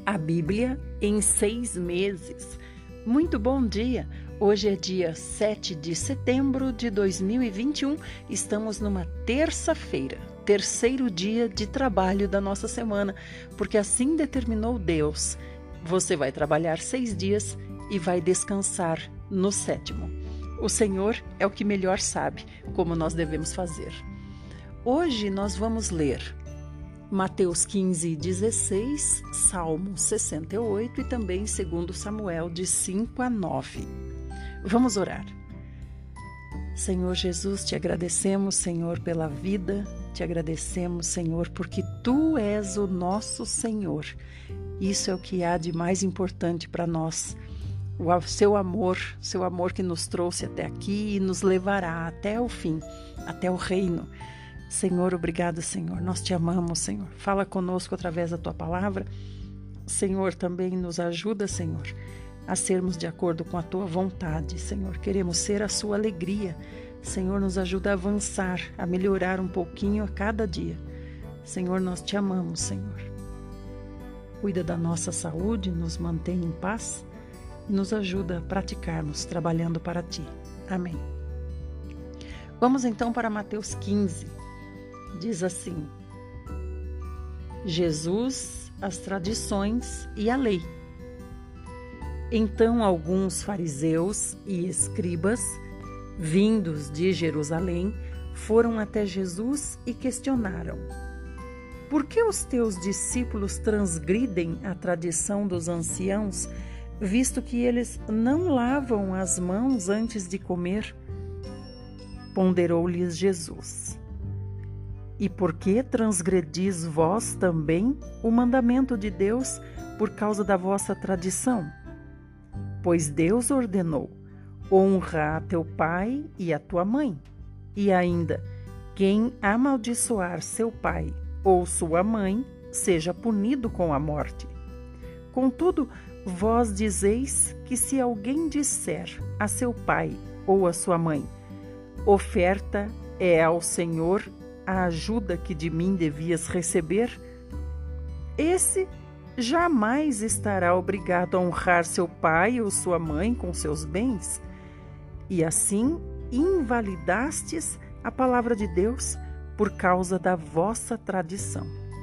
A Bíblia em 6 meses. Muito bom dia! Hoje é dia 7 de setembro de 2021. Estamos numa terça-feira, terceiro dia de trabalho da nossa semana, porque assim determinou Deus. Você vai trabalhar 6 dias e vai descansar no 7º. O Senhor é o que melhor sabe como nós devemos fazer. Hoje nós vamos ler Mateus 15:16, Salmo 68 e também 2 Samuel de 5-9. Vamos orar. Senhor Jesus, te agradecemos, Senhor, pela vida, te agradecemos, Senhor, porque Tu és o nosso Senhor. Isso é o que há de mais importante para nós. O seu amor que nos trouxe até aqui e nos levará até o fim, até o reino. Senhor, obrigado, Senhor. Nós te amamos, Senhor. Fala conosco através da Tua palavra. Senhor, também nos ajuda, Senhor, a sermos de acordo com a Tua vontade, Senhor. Queremos ser a Sua alegria. Senhor, nos ajuda a avançar, a melhorar um pouquinho a cada dia. Senhor, nós te amamos, Senhor. Cuida da nossa saúde, nos mantém em paz e nos ajuda a praticarmos, trabalhando para Ti. Amém. Vamos então para Mateus 15. Diz assim: Jesus, as tradições e a lei. Então alguns fariseus e escribas, vindos de Jerusalém, foram até Jesus e questionaram: Por que os teus discípulos transgridem a tradição dos anciãos, visto que eles não lavam as mãos antes de comer? Ponderou-lhes Jesus: E por que transgredis vós também o mandamento de Deus por causa da vossa tradição? Pois Deus ordenou: honra a teu pai e a tua mãe. E ainda: quem amaldiçoar seu pai ou sua mãe, seja punido com a morte. Contudo, vós dizeis que se alguém disser a seu pai ou a sua mãe: oferta é ao Senhor a ajuda que de mim devias receber, esse jamais estará obrigado a honrar seu pai ou sua mãe com seus bens. E assim invalidastes a palavra de Deus por causa da vossa tradição.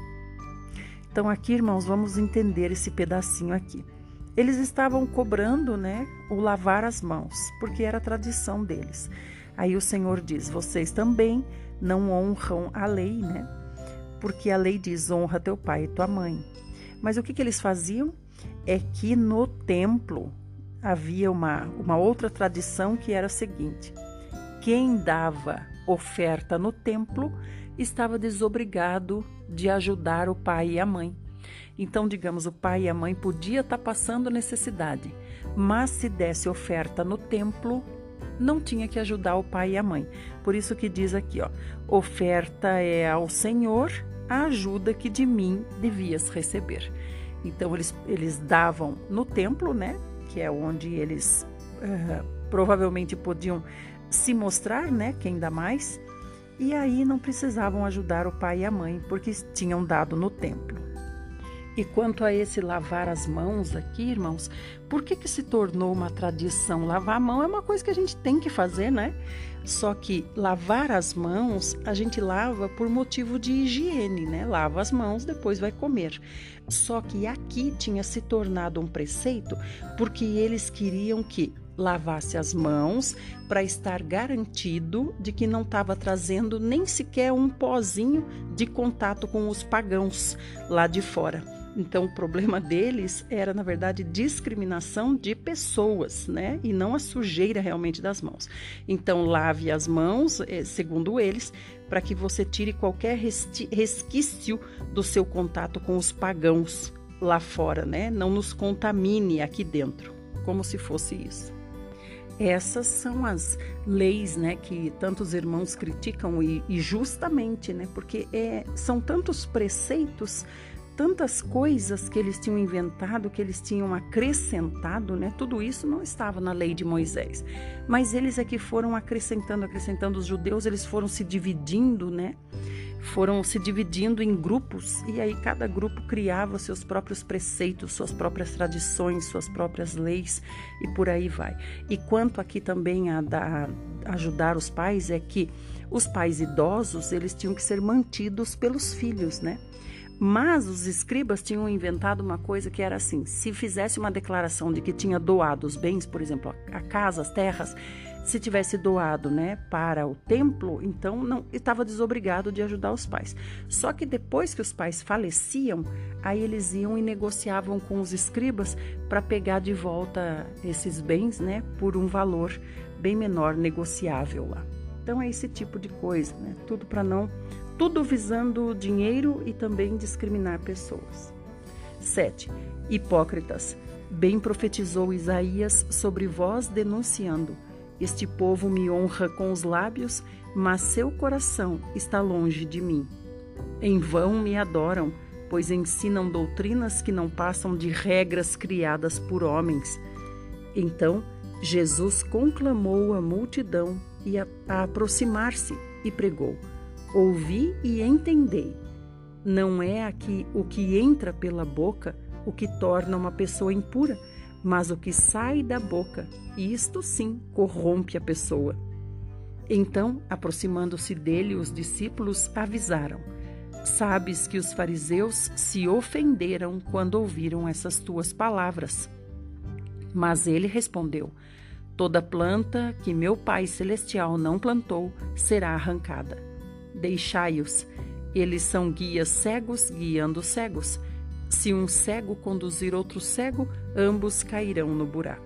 Então aqui, irmãos, vamos entender esse pedacinho aqui. Eles estavam cobrando, o lavar as mãos, porque era a tradição deles. Aí o Senhor diz: vocês também não honram a lei, porque a lei diz: honra teu pai e tua mãe. Mas o que eles faziam? É que no templo havia uma outra tradição que era a seguinte: quem dava oferta no templo estava desobrigado de ajudar o pai e a mãe. Então, digamos, o pai e a mãe podia estar passando necessidade, mas se desse oferta no templo, não tinha que ajudar o pai e a mãe. Por isso que diz aqui, oferta é ao Senhor a ajuda que de mim devias receber. Então eles davam no templo, que é onde eles provavelmente podiam se mostrar, quem dá mais, e aí não precisavam ajudar o pai e a mãe, porque tinham dado no templo. E quanto a esse lavar as mãos aqui, irmãos, por que se tornou uma tradição? Lavar a mão é uma coisa que a gente tem que fazer, Só que lavar as mãos, a gente lava por motivo de higiene, Lava as mãos, depois vai comer. Só que aqui tinha se tornado um preceito porque eles queriam que lavasse as mãos para estar garantido de que não estava trazendo nem sequer um pozinho de contato com os pagãos lá de fora. Então, o problema deles era, na verdade, discriminação de pessoas, e não a sujeira realmente das mãos. Então, lave as mãos, segundo eles, para que você tire qualquer resquício do seu contato com os pagãos lá fora, Não nos contamine aqui dentro, como se fosse isso. Essas são as leis, que tantos irmãos criticam e justamente, porque são tantos preceitos, tantas coisas que eles tinham inventado, que eles tinham acrescentado, tudo isso não estava na lei de Moisés, mas eles é que foram acrescentando, os judeus, eles foram se dividindo, foram se dividindo em grupos, e aí cada grupo criava seus próprios preceitos, suas próprias tradições, suas próprias leis, e por aí vai. E quanto aqui também a ajudar os pais, é que os pais idosos, eles tinham que ser mantidos pelos filhos, né? Mas os escribas tinham inventado uma coisa que era assim: se fizesse uma declaração de que tinha doado os bens, por exemplo, a casa, as terras, se tivesse doado, né, para o templo, então não estava desobrigado de ajudar os pais. Só que depois que os pais faleciam, aí eles iam e negociavam com os escribas para pegar de volta esses bens, né, por um valor bem menor, negociável lá. Então é esse tipo de coisa, né? Tudo visando dinheiro e também discriminar pessoas. 7. Hipócritas, bem profetizou Isaías sobre vós, denunciando: este povo me honra com os lábios, mas seu coração está longe de mim. Em vão me adoram, pois ensinam doutrinas que não passam de regras criadas por homens. Então Jesus conclamou a multidão a aproximar-se e pregou: ouvi e entendei. Não é aqui o que entra pela boca o que torna uma pessoa impura, mas o que sai da boca, e isto sim corrompe a pessoa. Então, aproximando-se dele, os discípulos avisaram: sabes que os fariseus se ofenderam quando ouviram essas tuas palavras. Mas ele respondeu: toda planta que meu Pai Celestial não plantou será arrancada. Deixai-os, eles são guias cegos guiando cegos. Se um cego conduzir outro cego, ambos cairão no buraco.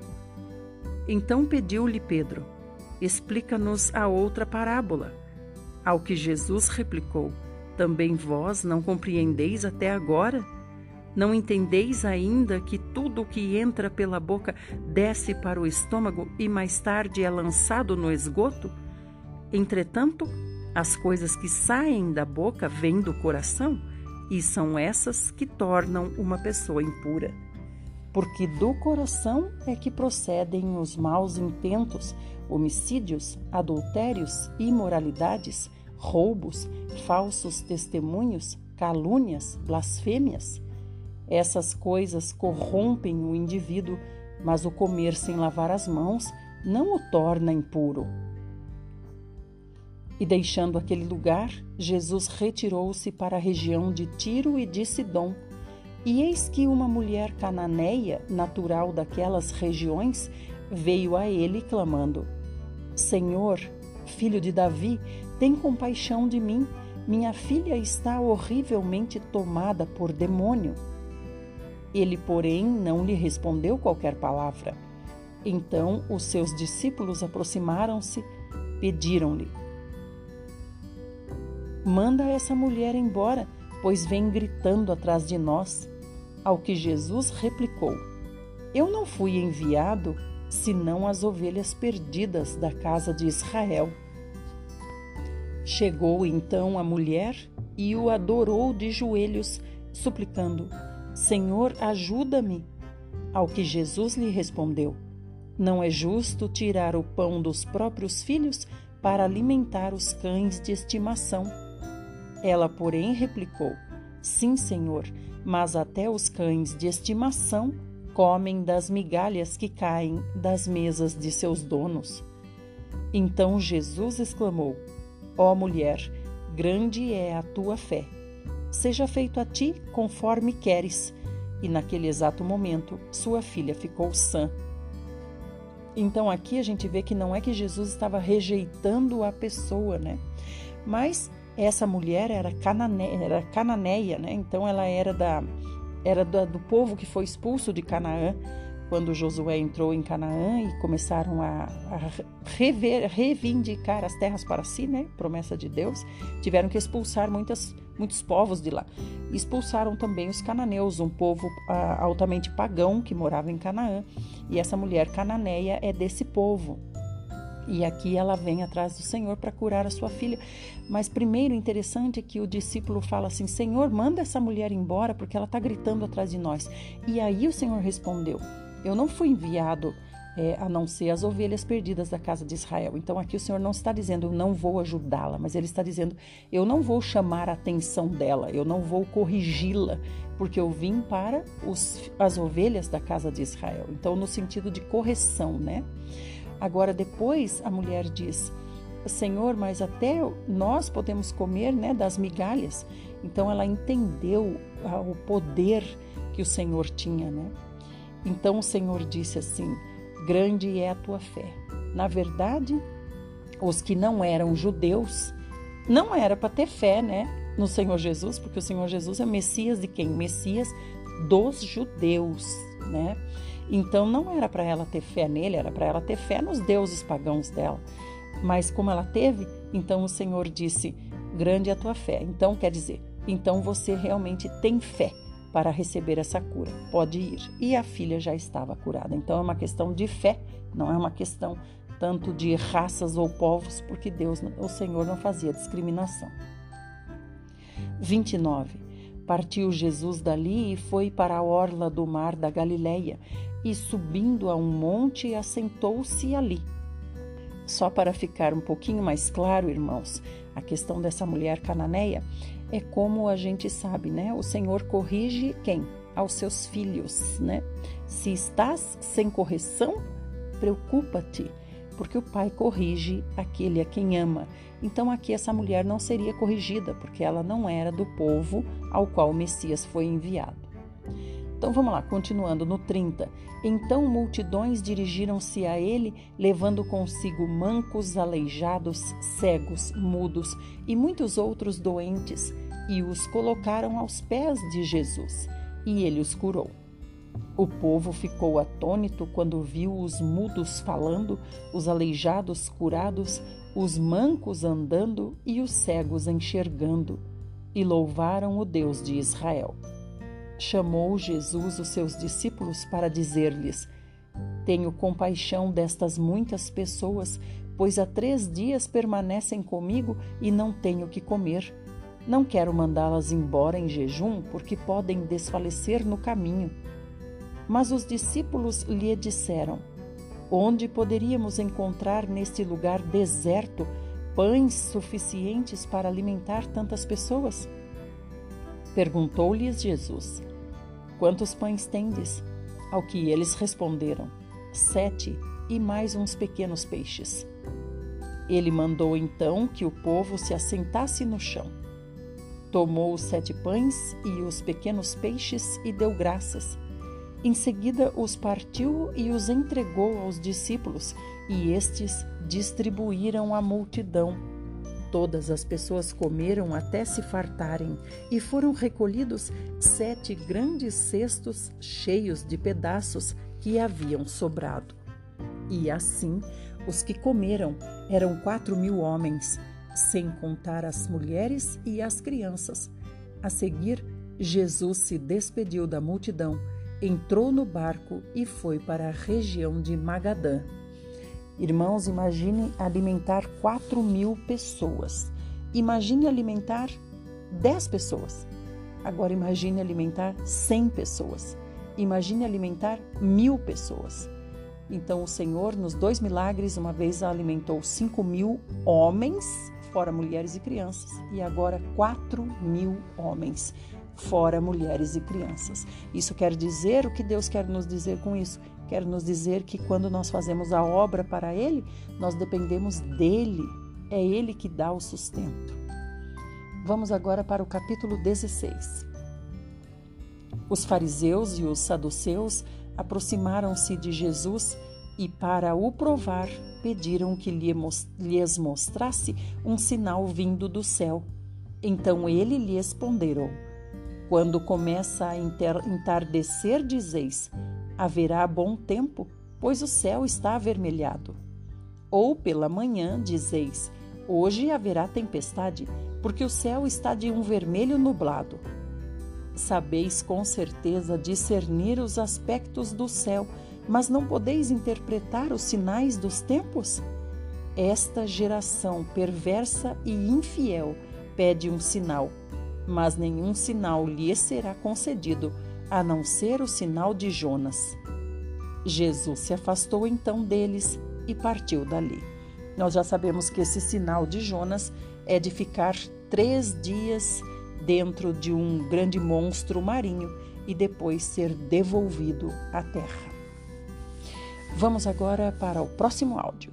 Então pediu-lhe Pedro: explica-nos a outra parábola. Ao que Jesus replicou: também vós não compreendeis até agora? Não entendeis ainda que tudo o que entra pela boca desce para o estômago e mais tarde é lançado no esgoto? Entretanto, as coisas que saem da boca vêm do coração, e são essas que tornam uma pessoa impura. Porque do coração é que procedem os maus intentos, homicídios, adultérios, imoralidades, roubos, falsos testemunhos, calúnias, blasfêmias. Essas coisas corrompem o indivíduo, mas o comer sem lavar as mãos não o torna impuro. E deixando aquele lugar, Jesus retirou-se para a região de Tiro e de Sidom. E eis que uma mulher cananeia, natural daquelas regiões, veio a ele clamando: Senhor, filho de Davi, tem compaixão de mim, minha filha está horrivelmente tomada por demônio. Ele, porém, não lhe respondeu qualquer palavra. Então os seus discípulos aproximaram-se, pediram-lhe: manda essa mulher embora, pois vem gritando atrás de nós. Ao que Jesus replicou: eu não fui enviado senão as ovelhas perdidas da casa de Israel. Chegou então a mulher e o adorou de joelhos, suplicando: Senhor, ajuda-me. Ao que Jesus lhe respondeu: não é justo tirar o pão dos próprios filhos para alimentar os cães de estimação. Ela, porém, replicou: sim, Senhor, mas até os cães de estimação comem das migalhas que caem das mesas de seus donos. Então Jesus exclamou: ó mulher, grande é a tua fé. Seja feito a ti conforme queres. E naquele exato momento, sua filha ficou sã. Então aqui a gente vê que não é que Jesus estava rejeitando a pessoa, né? Mas essa mulher era cananeia, né? Então ela era do povo que foi expulso de Canaã, quando Josué entrou em Canaã e começaram a reivindicar as terras para si, né? Promessa de Deus. Tiveram que expulsar muitos povos de lá. Expulsaram também os cananeus, um povo altamente pagão que morava em Canaã. E essa mulher cananeia é desse povo. E aqui ela vem atrás do Senhor para curar a sua filha. Mas primeiro, interessante é que o discípulo fala assim: Senhor, manda essa mulher embora porque ela está gritando atrás de nós. E aí o Senhor respondeu: eu não fui enviado a não ser as ovelhas perdidas da casa de Israel. Então aqui o Senhor não está dizendo eu não vou ajudá-la, mas Ele está dizendo eu não vou chamar a atenção dela, eu não vou corrigi-la, porque eu vim para as ovelhas da casa de Israel. Então no sentido de correção, né? Agora depois a mulher diz, Senhor, mas até nós podemos comer, né, das migalhas. Então ela entendeu o poder que o Senhor tinha, né? Então o Senhor disse assim, grande é a tua fé. Na verdade, os que não eram judeus, não era para ter fé, né, no Senhor Jesus, porque o Senhor Jesus é Messias de quem? Messias dos judeus, né? Então não era para ela ter fé nele, era para ela ter fé nos deuses pagãos dela. Mas como ela teve, então o Senhor disse, grande é a tua fé. Então quer dizer, então você realmente tem fé para receber essa cura, pode ir. E a filha já estava curada. Então é uma questão de fé, não é uma questão tanto de raças ou povos, porque Deus, o Senhor não fazia discriminação. 29. Partiu Jesus dali e foi para a orla do mar da Galileia, e subindo a um monte, assentou-se ali. Só para ficar um pouquinho mais claro, irmãos, a questão dessa mulher cananeia é como a gente sabe, né? O Senhor corrige quem? Aos seus filhos, né? Se estás sem correção, preocupa-te, porque o Pai corrige aquele a quem ama. Então aqui essa mulher não seria corrigida, porque ela não era do povo ao qual o Messias foi enviado. Então vamos lá, continuando no 30. Então multidões dirigiram-se a ele, levando consigo mancos, aleijados, cegos, mudos e muitos outros doentes, e os colocaram aos pés de Jesus, e ele os curou. O povo ficou atônito quando viu os mudos falando, os aleijados curados, os mancos andando e os cegos enxergando, e louvaram o Deus de Israel. Chamou Jesus os seus discípulos para dizer-lhes, tenho compaixão destas muitas pessoas, pois há 3 dias permanecem comigo e não tenho o que comer. Não quero mandá-las embora em jejum, porque podem desfalecer no caminho. Mas os discípulos lhe disseram, onde poderíamos encontrar neste lugar deserto pães suficientes para alimentar tantas pessoas? Perguntou-lhes Jesus, quantos pães tendes? Ao que eles responderam, 7 e mais uns pequenos peixes. Ele mandou então que o povo se assentasse no chão. Tomou os 7 pães e os pequenos peixes e deu graças. Em seguida os partiu e os entregou aos discípulos, e estes distribuíram à multidão. Todas as pessoas comeram até se fartarem, e foram recolhidos 7 grandes cestos cheios de pedaços que haviam sobrado. E assim, os que comeram eram 4.000 homens, sem contar as mulheres e as crianças. A seguir, Jesus se despediu da multidão, entrou no barco e foi para a região de Magadã. Irmãos, imagine alimentar 4.000 pessoas. Imagine alimentar 10 pessoas. Agora imagine alimentar 100 pessoas. Imagine alimentar 1.000 pessoas. Então o Senhor, nos 2 milagres, uma vez alimentou 5.000 homens, fora mulheres e crianças, e agora 4.000 homens, fora mulheres e crianças. Isso quer dizer, o que Deus quer nos dizer com isso? Quer nos dizer que quando nós fazemos a obra para Ele, nós dependemos dEle. É Ele que dá o sustento. Vamos agora para o capítulo 16. Os fariseus e os saduceus aproximaram-se de Jesus e, para o provar, pediram que lhes mostrasse um sinal vindo do céu. Então ele lhes ponderou: quando começa a entardecer, dizeis, haverá bom tempo, pois o céu está avermelhado. Ou pela manhã, dizeis, hoje haverá tempestade, porque o céu está de um vermelho nublado. Sabeis com certeza discernir os aspectos do céu, mas não podeis interpretar os sinais dos tempos? Esta geração perversa e infiel pede um sinal, mas nenhum sinal lhe será concedido, a não ser o sinal de Jonas. Jesus se afastou então deles e partiu dali. Nós já sabemos que esse sinal de Jonas é de ficar 3 dias dentro de um grande monstro marinho e depois ser devolvido à terra. Vamos agora para o próximo áudio.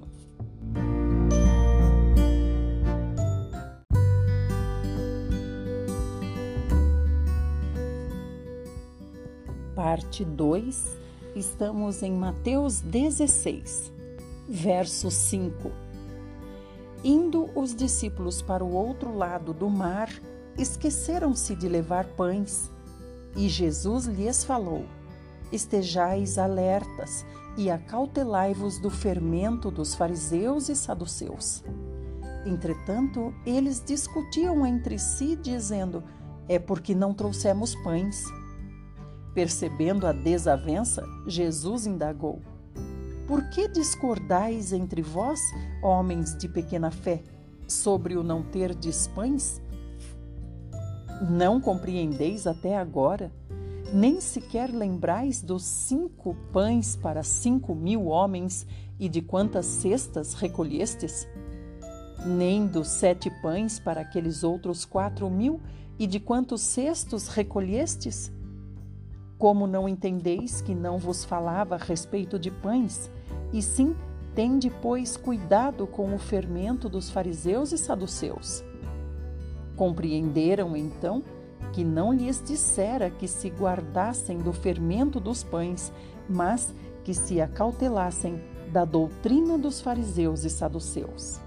Parte 2, estamos em Mateus 16, verso 5. Indo os discípulos para o outro lado do mar, esqueceram-se de levar pães. E Jesus lhes falou: estejais alertas e acautelai-vos do fermento dos fariseus e saduceus. Entretanto, eles discutiam entre si, dizendo: é porque não trouxemos pães. Percebendo a desavença, Jesus indagou: por que discordais entre vós, homens de pequena fé, sobre o não terdes pães? Não compreendeis até agora? Nem sequer lembrais dos 5 pães para 5.000 homens e de quantas cestas recolhestes? Nem dos 7 pães para aqueles outros 4.000 e de quantos cestos recolhestes? Como não entendeis que não vos falava a respeito de pães, e sim, tende, pois, cuidado com o fermento dos fariseus e saduceus? Compreenderam, então, que não lhes dissera que se guardassem do fermento dos pães, mas que se acautelassem da doutrina dos fariseus e saduceus.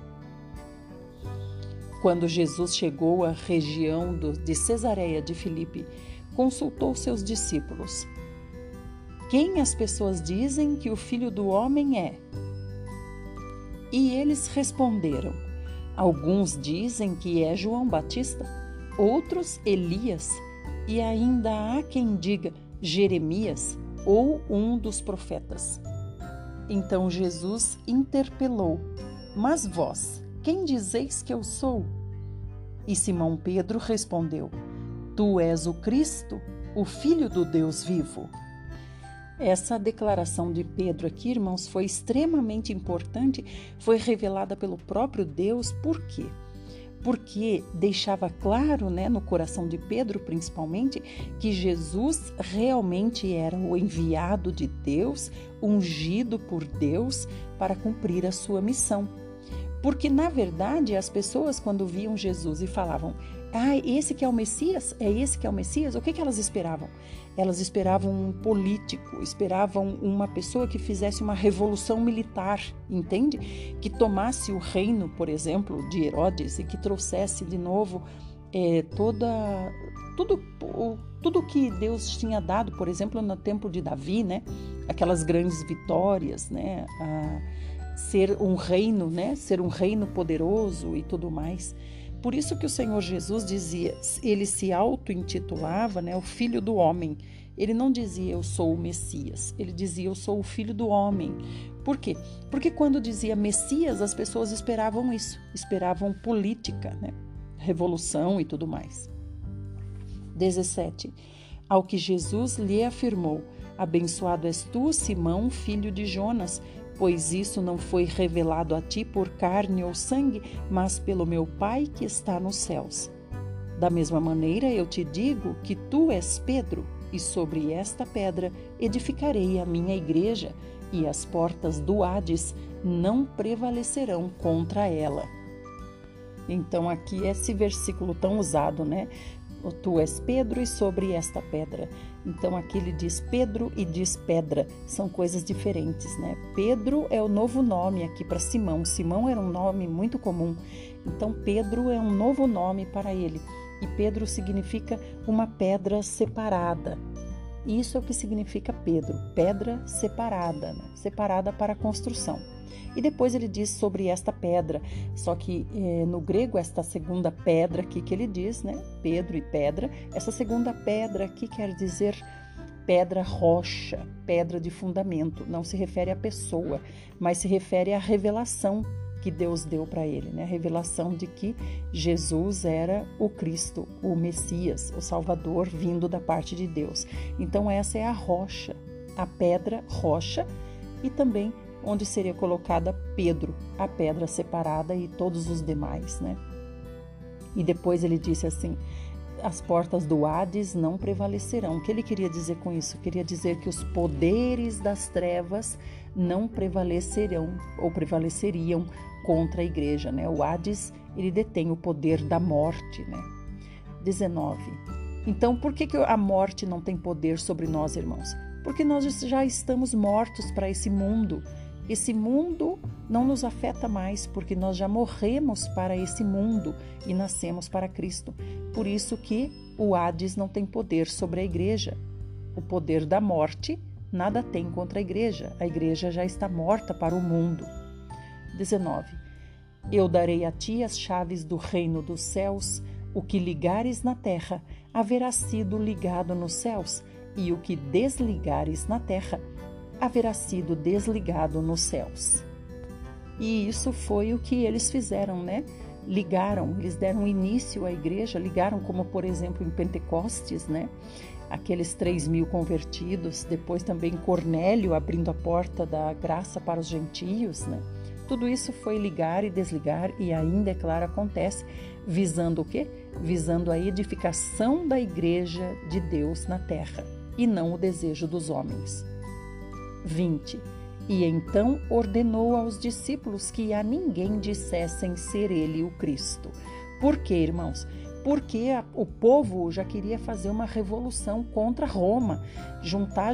Quando Jesus chegou à região de Cesareia de Filipe, consultou seus discípulos: quem as pessoas dizem que o Filho do Homem é? E eles responderam: alguns dizem que é João Batista, outros Elias, e ainda há quem diga Jeremias ou um dos profetas. Então Jesus interpelou: mas vós, quem dizeis que eu sou? E Simão Pedro respondeu: tu és o Cristo, o Filho do Deus vivo. Essa declaração de Pedro aqui, irmãos, foi extremamente importante, foi revelada pelo próprio Deus. Por quê? Porque deixava claro, no coração de Pedro principalmente, que Jesus realmente era o enviado de Deus, ungido por Deus para cumprir a sua missão. Porque, na verdade, as pessoas, quando viam Jesus e falavam: esse que é o Messias? É esse que é o Messias? O que elas esperavam? Elas esperavam um político, esperavam uma pessoa que fizesse uma revolução militar, entende? Que tomasse o reino, por exemplo, de Herodes e que trouxesse de novo tudo que Deus tinha dado, por exemplo, no tempo de Davi, aquelas grandes vitórias, ser um reino, ser um reino poderoso e tudo mais. Por isso que o Senhor Jesus dizia, ele se auto-intitulava, o Filho do Homem. Ele não dizia eu sou o Messias, ele dizia eu sou o Filho do Homem. Por quê? Porque quando dizia Messias, as pessoas esperavam isso, esperavam política, revolução e tudo mais. 17. Ao que Jesus lhe afirmou: abençoado és tu, Simão, filho de Jonas, pois isso não foi revelado a ti por carne ou sangue, mas pelo meu Pai que está nos céus. Da mesma maneira eu te digo que tu és Pedro, e sobre esta pedra edificarei a minha igreja, e as portas do Hades não prevalecerão contra ela. Então aqui esse versículo tão usado, Tu és Pedro e sobre esta pedra. Então aqui ele diz Pedro e diz pedra, são coisas diferentes, Pedro é o novo nome aqui para Simão. Simão era um nome muito comum, então Pedro é um novo nome para ele. E Pedro significa uma pedra separada. Isso é o que significa Pedro, pedra separada, separada para a construção. E depois ele diz sobre esta pedra, só que no grego esta segunda pedra aqui que ele diz, Pedro e pedra, essa segunda pedra aqui quer dizer pedra rocha, pedra de fundamento, não se refere à pessoa, mas se refere à revelação que Deus deu para ele, a revelação de que Jesus era o Cristo, o Messias, o Salvador vindo da parte de Deus. Então essa é a rocha, a pedra, rocha, e também onde seria colocada Pedro, a pedra separada e todos os demais, né? E depois ele disse assim, as portas do Hades não prevalecerão. O que ele queria dizer com isso? Queria dizer que os poderes das trevas não prevalecerão ou prevaleceriam contra a igreja, né? O Hades, ele detém o poder da morte, né? 19. Então, por que a morte não tem poder sobre nós, irmãos? Porque nós já estamos mortos para esse mundo. Esse mundo não nos afeta mais, porque nós já morremos para esse mundo e nascemos para Cristo. Por isso que o Hades não tem poder sobre a igreja. O poder da morte nada tem contra a igreja. A igreja já está morta para o mundo. 19. Eu darei a ti as chaves do reino dos céus. O que ligares na terra haverá sido ligado nos céus, e o que desligares na terra haverá sido desligado nos céus. E isso foi o que eles fizeram, né? Ligaram, eles deram início à igreja, ligaram como, por exemplo, em Pentecostes, né? Aqueles 3.000 convertidos, depois também Cornélio abrindo a porta da graça para os gentios, né? Tudo isso foi ligar e desligar e ainda, é claro, acontece, visando o quê? Visando a edificação da igreja de Deus na terra e não o desejo dos homens. 20. E então ordenou aos discípulos que a ninguém dissessem ser ele o Cristo. Por quê, irmãos? Porque o povo já queria fazer uma revolução contra Roma, juntar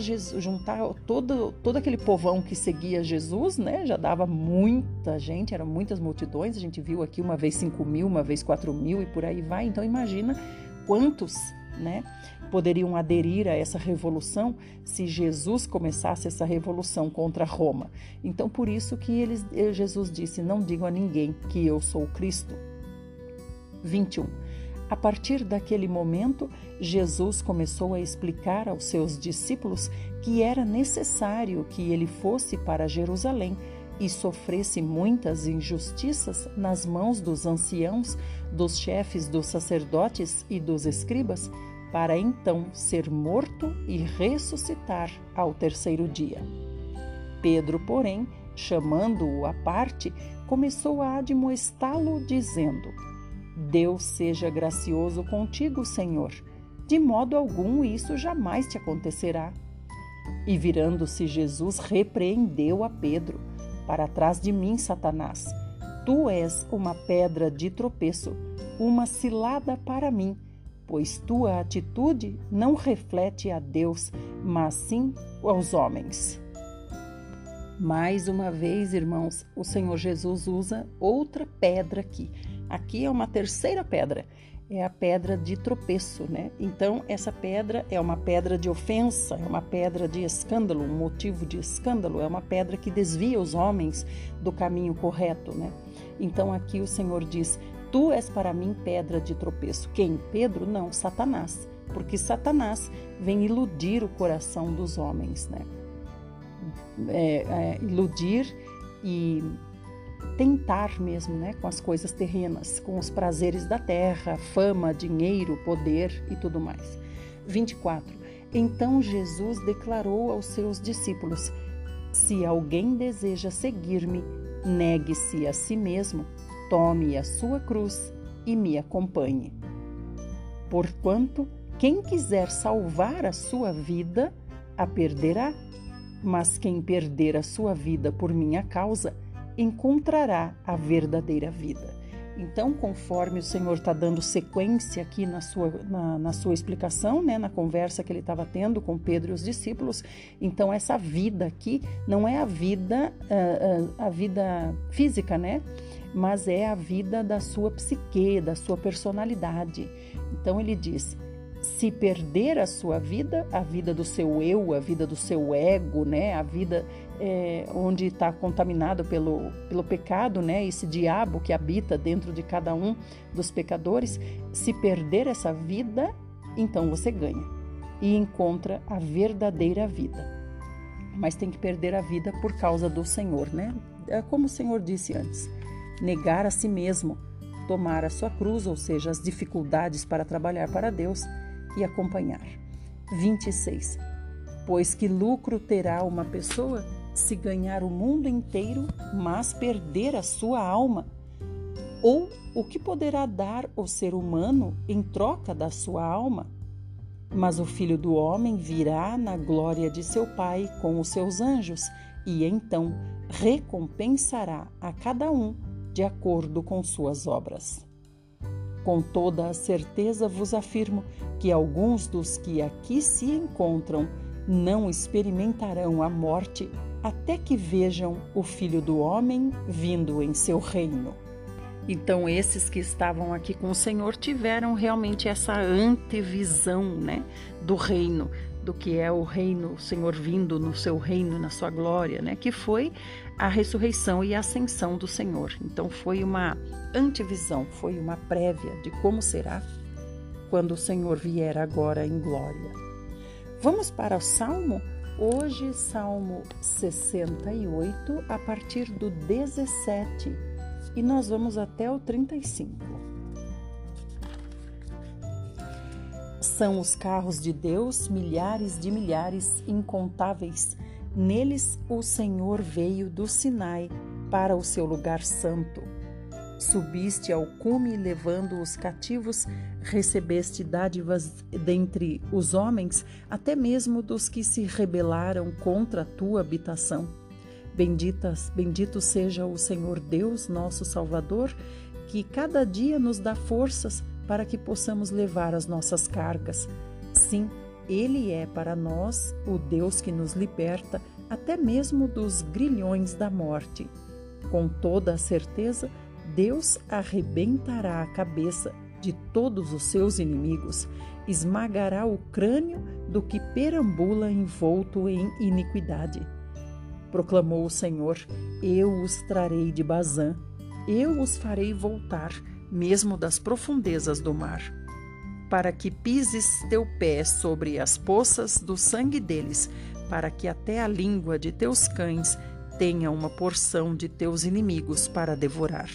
todo aquele povão que seguia Jesus, né? Já dava muita gente, eram muitas multidões, a gente viu aqui uma vez 5.000, uma vez 4.000 e por aí vai, então imagina quantos, né, poderiam aderir a essa revolução se Jesus começasse essa revolução contra Roma. Então por isso que Jesus disse, não digam a ninguém que eu sou o Cristo. 21. A partir daquele momento, Jesus começou a explicar aos seus discípulos que era necessário que ele fosse para Jerusalém e sofresse muitas injustiças nas mãos dos anciãos, dos chefes dos sacerdotes e dos escribas, para então ser morto e ressuscitar ao terceiro dia. Pedro, porém, chamando-o à parte, começou a admoestá-lo, dizendo: Deus seja gracioso contigo, Senhor. De modo algum isso jamais te acontecerá. E virando-se Jesus, repreendeu a Pedro: Para trás de mim, Satanás. Tu és uma pedra de tropeço, uma cilada para mim, pois tua atitude não reflete a Deus, mas sim aos homens. Mais uma vez, irmãos, o Senhor Jesus usa outra pedra aqui. Aqui é uma terceira pedra, é a pedra de tropeço, né? Então, essa pedra é uma pedra de ofensa, é uma pedra de escândalo, um motivo de escândalo, é uma pedra que desvia os homens do caminho correto, né? Então, aqui o Senhor diz: Tu és para mim pedra de tropeço. Quem? Pedro? Não, Satanás, porque Satanás vem iludir o coração dos homens, né? Iludir e tentar mesmo, né, com as coisas terrenas, com os prazeres da terra, fama, dinheiro, poder e tudo mais. 24. Então Jesus declarou aos seus discípulos: Se alguém deseja seguir-me, negue-se a si mesmo, tome a sua cruz e me acompanhe. Porquanto, quem quiser salvar a sua vida, a perderá, mas quem perder a sua vida por minha causa, encontrará a verdadeira vida. Então, conforme o Senhor está dando sequência aqui na sua explicação, né, na conversa que ele estava tendo com Pedro e os discípulos, então essa vida aqui não é a vida física, né, mas é a vida da sua psique, da sua personalidade. Então ele diz: se perder a sua vida, a vida do seu eu, a vida do seu ego, né, a vida onde está contaminado pelo pecado, né, esse diabo que habita dentro de cada um dos pecadores, se perder essa vida, então você ganha e encontra a verdadeira vida. Mas tem que perder a vida por causa do Senhor, né? Como o Senhor disse antes, negar a si mesmo, tomar a sua cruz, ou seja, as dificuldades para trabalhar para Deus, e acompanhar. 26. Pois que lucro terá uma pessoa se ganhar o mundo inteiro, mas perder a sua alma? Ou o que poderá dar o ser humano em troca da sua alma? Mas o Filho do Homem virá na glória de seu Pai com os seus anjos, e então recompensará a cada um de acordo com suas obras. Com toda a certeza vos afirmo que alguns dos que aqui se encontram não experimentarão a morte até que vejam o Filho do Homem vindo em seu reino. Então, esses que estavam aqui com o Senhor tiveram realmente essa antevisão, do reino, do que é o reino, o Senhor vindo no seu reino, na sua glória, que foi a ressurreição e a ascensão do Senhor. Então, foi uma antevisão, foi uma prévia de como será quando o Senhor vier agora em glória. Vamos para o Salmo? Hoje, Salmo 68, a partir do 17, e nós vamos até o 35. São os carros de Deus, milhares de milhares, incontáveis. Neles o Senhor veio do Sinai para o seu lugar santo. Subiste ao cume levando os cativos, recebeste dádivas dentre os homens, até mesmo dos que se rebelaram contra a tua habitação. Bendito seja o Senhor Deus, nosso Salvador, que cada dia nos dá forças para que possamos levar as nossas cargas. Sim, Ele é para nós o Deus que nos liberta até mesmo dos grilhões da morte. Com toda a certeza, Deus arrebentará a cabeça de todos os seus inimigos, esmagará o crânio do que perambula envolto em iniquidade. Proclamou o Senhor: eu os trarei de Bazã, eu os farei voltar, mesmo das profundezas do mar, para que pises teu pé sobre as poças do sangue deles, para que até a língua de teus cães tenha uma porção de teus inimigos para devorar.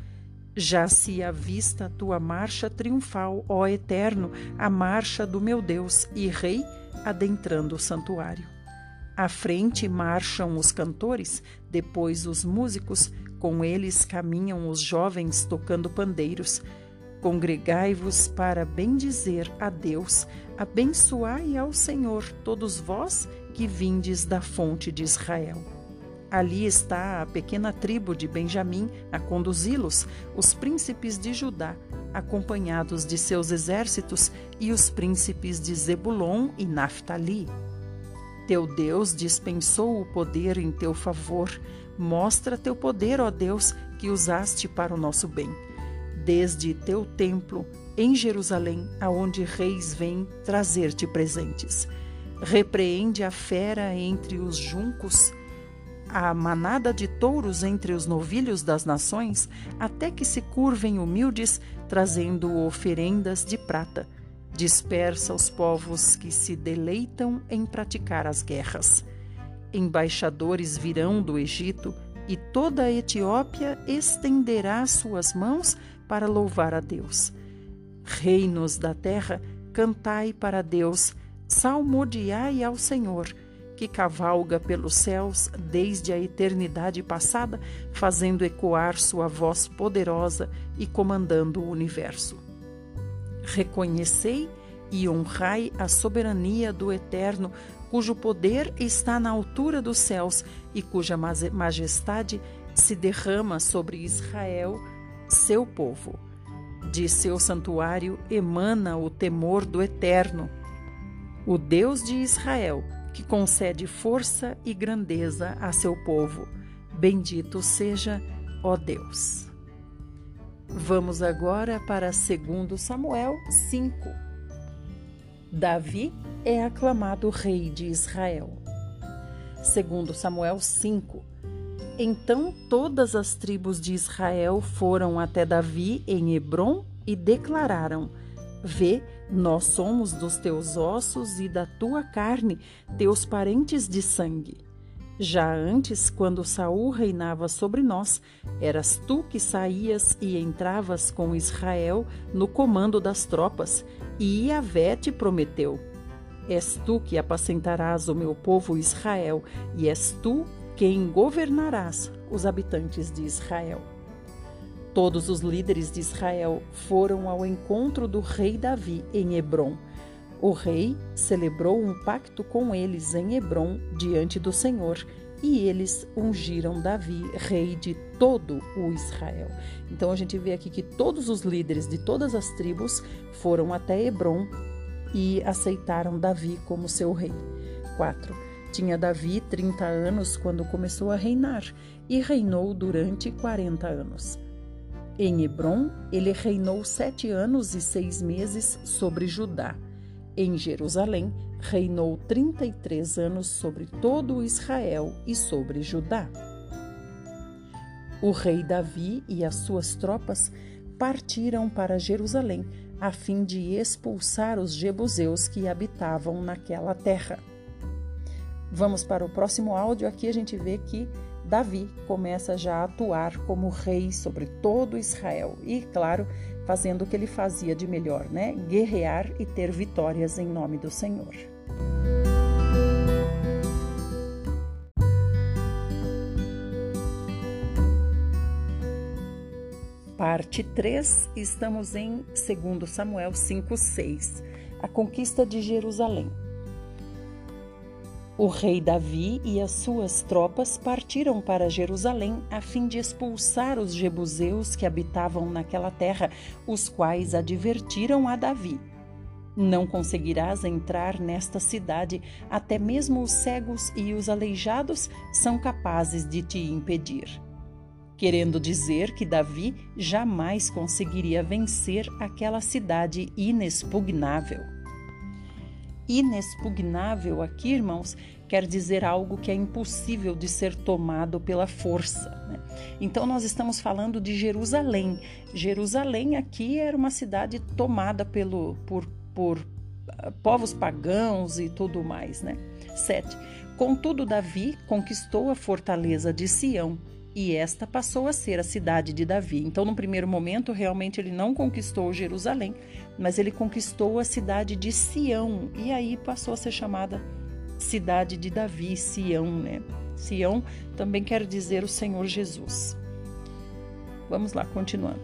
Já se avista a tua marcha triunfal, ó Eterno, a marcha do meu Deus e Rei, adentrando o santuário. À frente marcham os cantores, depois os músicos, com eles caminham os jovens tocando pandeiros. Congregai-vos para bendizer a Deus, abençoai ao Senhor, todos vós que vindes da fonte de Israel. Ali está a pequena tribo de Benjamim a conduzi-los, os príncipes de Judá, acompanhados de seus exércitos, e os príncipes de Zebulon e Naftali. Teu Deus dispensou o poder em teu favor. Mostra teu poder, ó Deus, que usaste para o nosso bem. Desde teu templo, em Jerusalém, aonde reis vêm trazer-te presentes. Repreende a fera entre os juncos, a manada de touros entre os novilhos das nações, até que se curvem humildes, trazendo oferendas de prata. Dispersa os povos que se deleitam em praticar as guerras. Embaixadores virão do Egito, e toda a Etiópia estenderá suas mãos para louvar a Deus. Reinos da terra, cantai para Deus, salmodiai ao Senhor, que cavalga pelos céus desde a eternidade passada, fazendo ecoar sua voz poderosa e comandando o universo. Reconhecei e honrai a soberania do Eterno, cujo poder está na altura dos céus e cuja majestade se derrama sobre Israel, seu povo. De seu santuário emana o temor do Eterno, o Deus de Israel, que concede força e grandeza a seu povo. Bendito seja, ó Deus. Vamos agora para 2 Samuel 5. Davi é aclamado rei de Israel. 2 Samuel 5. Então todas as tribos de Israel foram até Davi em Hebrom e declararam: Vê, nós somos dos teus ossos e da tua carne, teus parentes de sangue. Já antes, quando Saul reinava sobre nós, eras tu que saías e entravas com Israel no comando das tropas, e Iavé te prometeu: És tu que apacentarás o meu povo Israel, e és tu quem governarás os habitantes de Israel. Todos os líderes de Israel foram ao encontro do rei Davi em Hebrom. O rei celebrou um pacto com eles em Hebrom diante do Senhor, e eles ungiram Davi rei de todo o Israel. Então a gente vê aqui que todos os líderes de todas as tribos foram até Hebrom e aceitaram Davi como seu rei. 4. Tinha Davi 30 anos quando começou a reinar, e reinou durante 40 anos. Em Hebrom, ele reinou 7 anos e 6 meses sobre Judá. Em Jerusalém, reinou 33 anos sobre todo o Israel e sobre Judá. O rei Davi e as suas tropas partiram para Jerusalém, a fim de expulsar os jebuseus que habitavam naquela terra. Vamos para o próximo áudio. Aqui a gente vê que Davi começa já a atuar como rei sobre todo Israel e, claro, fazendo o que ele fazia de melhor, né? Guerrear e ter vitórias em nome do Senhor. Parte 3, estamos em 2 Samuel 5:6, a conquista de Jerusalém. O rei Davi e as suas tropas partiram para Jerusalém a fim de expulsar os jebuseus que habitavam naquela terra, os quais advertiram a Davi: não conseguirás entrar nesta cidade, até mesmo os cegos e os aleijados são capazes de te impedir. Querendo dizer que Davi jamais conseguiria vencer aquela cidade inexpugnável. Inexpugnável aqui, irmãos, quer dizer algo que é impossível de ser tomado pela força, né? Então nós estamos falando de Jerusalém. Jerusalém aqui era uma cidade tomada por povos pagãos e tudo mais, né? 7. Contudo, Davi conquistou a fortaleza de Sião, e esta passou a ser a cidade de Davi. Então, no primeiro momento, realmente ele não conquistou Jerusalém, mas ele conquistou a cidade de Sião, e aí passou a ser chamada cidade de Davi, Sião, né? Sião também quer dizer o Senhor Jesus. Vamos lá, continuando.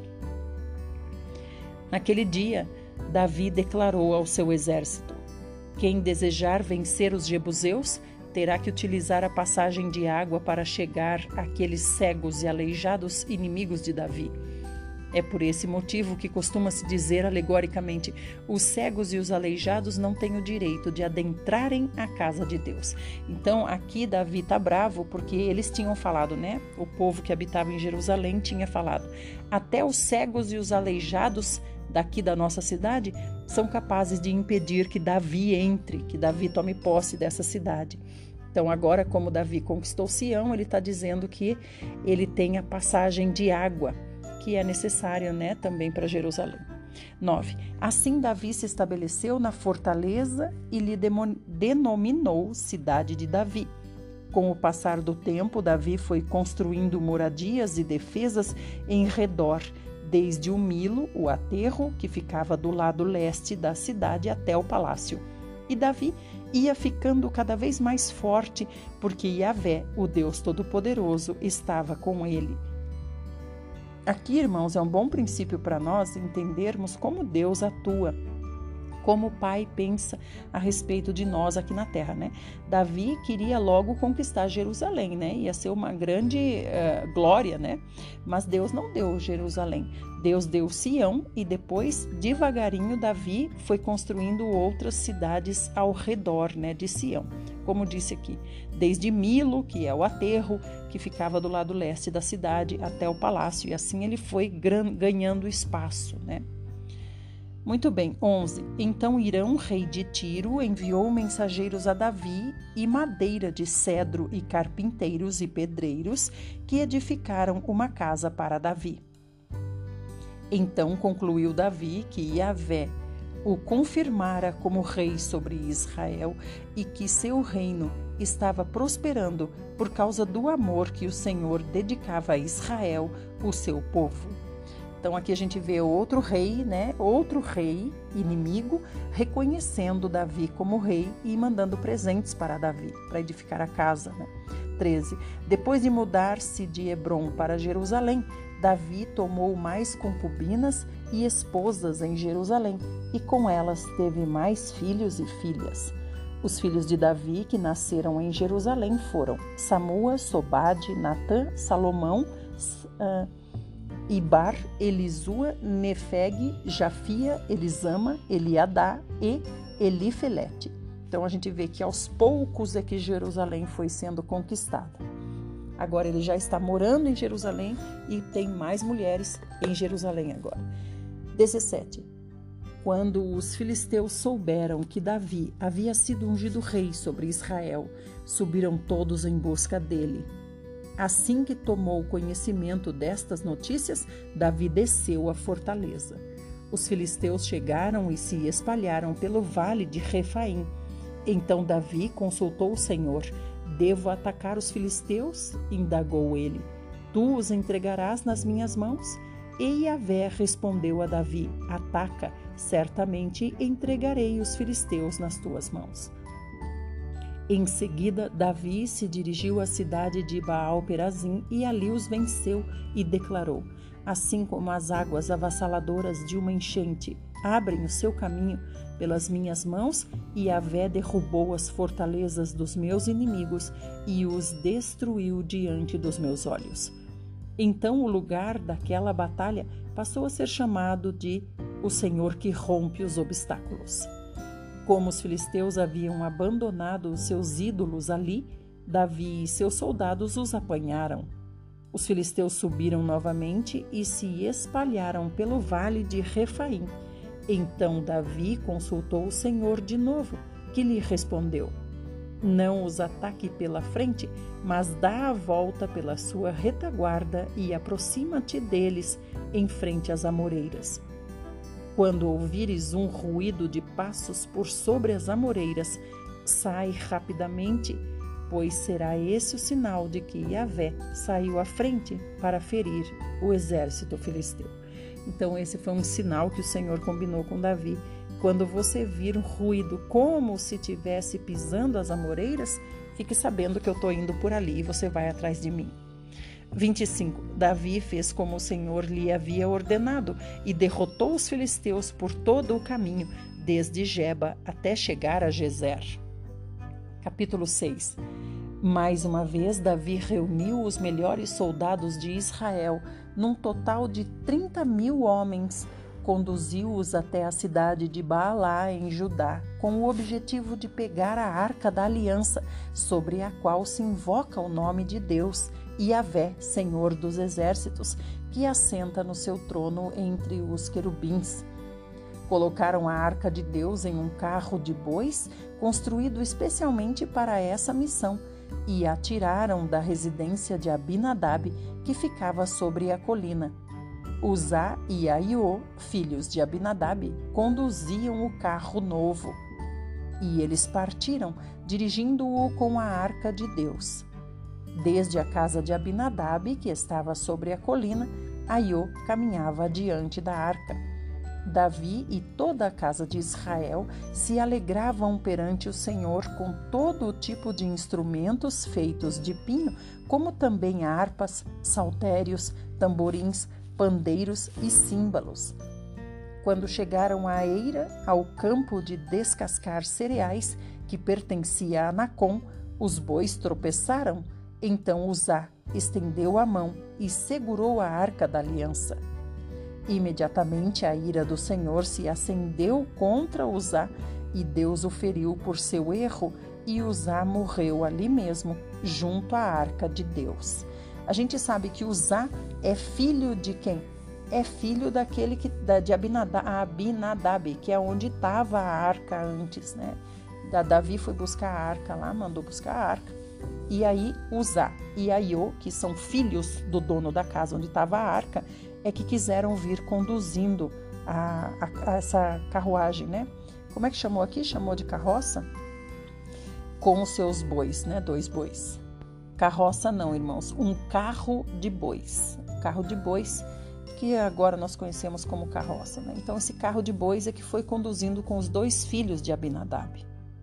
Naquele dia, Davi declarou ao seu exército: quem desejar vencer os jebuseus terá que utilizar a passagem de água para chegar àqueles cegos e aleijados inimigos de Davi. É por esse motivo que costuma-se dizer alegoricamente: os cegos e os aleijados não têm o direito de adentrarem a casa de Deus. Então aqui Davi está bravo porque eles tinham falado, né? O povo que habitava em Jerusalém tinha falado: até os cegos e os aleijados daqui da nossa cidade são capazes de impedir que Davi entre, que Davi tome posse dessa cidade. Então agora, como Davi conquistou Sião, ele está dizendo que ele tem a passagem de água, que é necessária, né, também para Jerusalém. 9. Assim Davi se estabeleceu na fortaleza e lhe denominou cidade de Davi. Com o passar do tempo, Davi foi construindo moradias e defesas em redor, desde o Milo, o aterro, que ficava do lado leste da cidade, até o palácio. E Davi ia ficando cada vez mais forte, porque Yahvé, o Deus Todo-Poderoso, estava com ele. Aqui, irmãos, é um bom princípio para nós entendermos como Deus atua, como o Pai pensa a respeito de nós aqui na terra, né? Davi queria logo conquistar Jerusalém, né? Ia ser uma grande glória, né? Mas Deus não deu Jerusalém. Deus deu Sião e depois, devagarinho, Davi foi construindo outras cidades ao redor, né, de Sião. Como disse aqui, desde Milo, que é o aterro, que ficava do lado leste da cidade, até o palácio. E assim ele foi ganhando espaço, né? Muito bem, 11. Então Irão, rei de Tiro, enviou mensageiros a Davi e madeira de cedro e carpinteiros e pedreiros que edificaram uma casa para Davi. Então concluiu Davi que Yahvé o confirmara como rei sobre Israel e que seu reino estava prosperando por causa do amor que o Senhor dedicava a Israel, o seu povo. Então aqui a gente vê outro rei, né? Outro rei inimigo reconhecendo Davi como rei e mandando presentes para Davi, para edificar a casa, né? 13. Depois de mudar-se de Hebrom para Jerusalém, Davi tomou mais concubinas e esposas em Jerusalém, e com elas teve mais filhos e filhas. Os filhos de Davi que nasceram em Jerusalém foram Samua, Sobade, Natã, Salomão, Ibar, Elisua, Nefeg, Jafia, Elisama, Eliadá e Elifelete. Então a gente vê que aos poucos é que Jerusalém foi sendo conquistada. Agora ele já está morando em Jerusalém e tem mais mulheres em Jerusalém agora. 17. Quando os filisteus souberam que Davi havia sido ungido rei sobre Israel, subiram todos em busca dele. Assim que tomou conhecimento destas notícias, Davi desceu à fortaleza. Os filisteus chegaram e se espalharam pelo vale de Refaim. Então Davi consultou o Senhor. Devo atacar os filisteus? Indagou ele. Tu os entregarás nas minhas mãos? E Yahvé respondeu a Davi: Ataca, certamente entregarei os filisteus nas tuas mãos. Em seguida, Davi se dirigiu à cidade de Baal-Perazim e ali os venceu e declarou: Assim como as águas avassaladoras de uma enchente abrem o seu caminho pelas minhas mãos, Yahvé derrubou as fortalezas dos meus inimigos e os destruiu diante dos meus olhos. Então o lugar daquela batalha passou a ser chamado de O Senhor que rompe os obstáculos. Como os filisteus haviam abandonado os seus ídolos ali, Davi e seus soldados os apanharam. Os filisteus subiram novamente e se espalharam pelo vale de Refaim. Então Davi consultou o Senhor de novo, que lhe respondeu: Não os ataque pela frente, mas dá a volta pela sua retaguarda e aproxima-te deles em frente às amoreiras. Quando ouvires um ruído de passos por sobre as amoreiras, sai rapidamente, pois será esse o sinal de que Yahvé saiu à frente para ferir o exército filisteu. Então esse foi um sinal que o Senhor combinou com Davi. Quando você vir um ruído como se estivesse pisando as amoreiras, fique sabendo que eu estou indo por ali e você vai atrás de mim. 25. Davi fez como o Senhor lhe havia ordenado e derrotou os filisteus por todo o caminho, desde Geba até chegar a Gezer. Capítulo 6. Mais uma vez, Davi reuniu os melhores soldados de Israel, num total de 30.000 homens, conduziu-os até a cidade de Baalá, em Judá, com o objetivo de pegar a Arca da Aliança, sobre a qual se invoca o nome de Deus, Yahvé, Senhor dos Exércitos, que assenta no seu trono entre os querubins. Colocaram a Arca de Deus em um carro de bois, construído especialmente para essa missão, e a tiraram da residência de Abinadab, que ficava sobre a colina. Uzá e Aiô, filhos de Abinadab, conduziam o carro novo. E eles partiram, dirigindo-o com a Arca de Deus. Desde a casa de Abinadab, que estava sobre a colina, Aiô caminhava adiante da arca. Davi e toda a casa de Israel se alegravam perante o Senhor com todo o tipo de instrumentos feitos de pinho, como também harpas, saltérios, tamborins, pandeiros e símbolos. Quando chegaram à eira, ao campo de descascar cereais, que pertencia a Nacon, os bois tropeçaram. Então Uzá estendeu a mão e segurou a Arca da Aliança. Imediatamente a ira do Senhor se acendeu contra Uzá e Deus o feriu por seu erro, e Uzá morreu ali mesmo, junto à Arca de Deus. A gente sabe que Uzá é filho de quem? É filho daquele de Abinadab, que é onde estava a arca antes, né? Davi foi buscar a arca lá, mandou buscar a arca. E aí Uzá e Aiô, que são filhos do dono da casa onde estava a arca, é que quiseram vir conduzindo a essa carruagem, né? Como é que chamou aqui? Chamou de carroça? Com os seus bois, né? 2 bois. Carroça não, irmãos. Um carro de bois. Carro de bois que agora nós conhecemos como carroça, né? Então esse carro de bois é que foi conduzindo com os 2 filhos de Abinadab.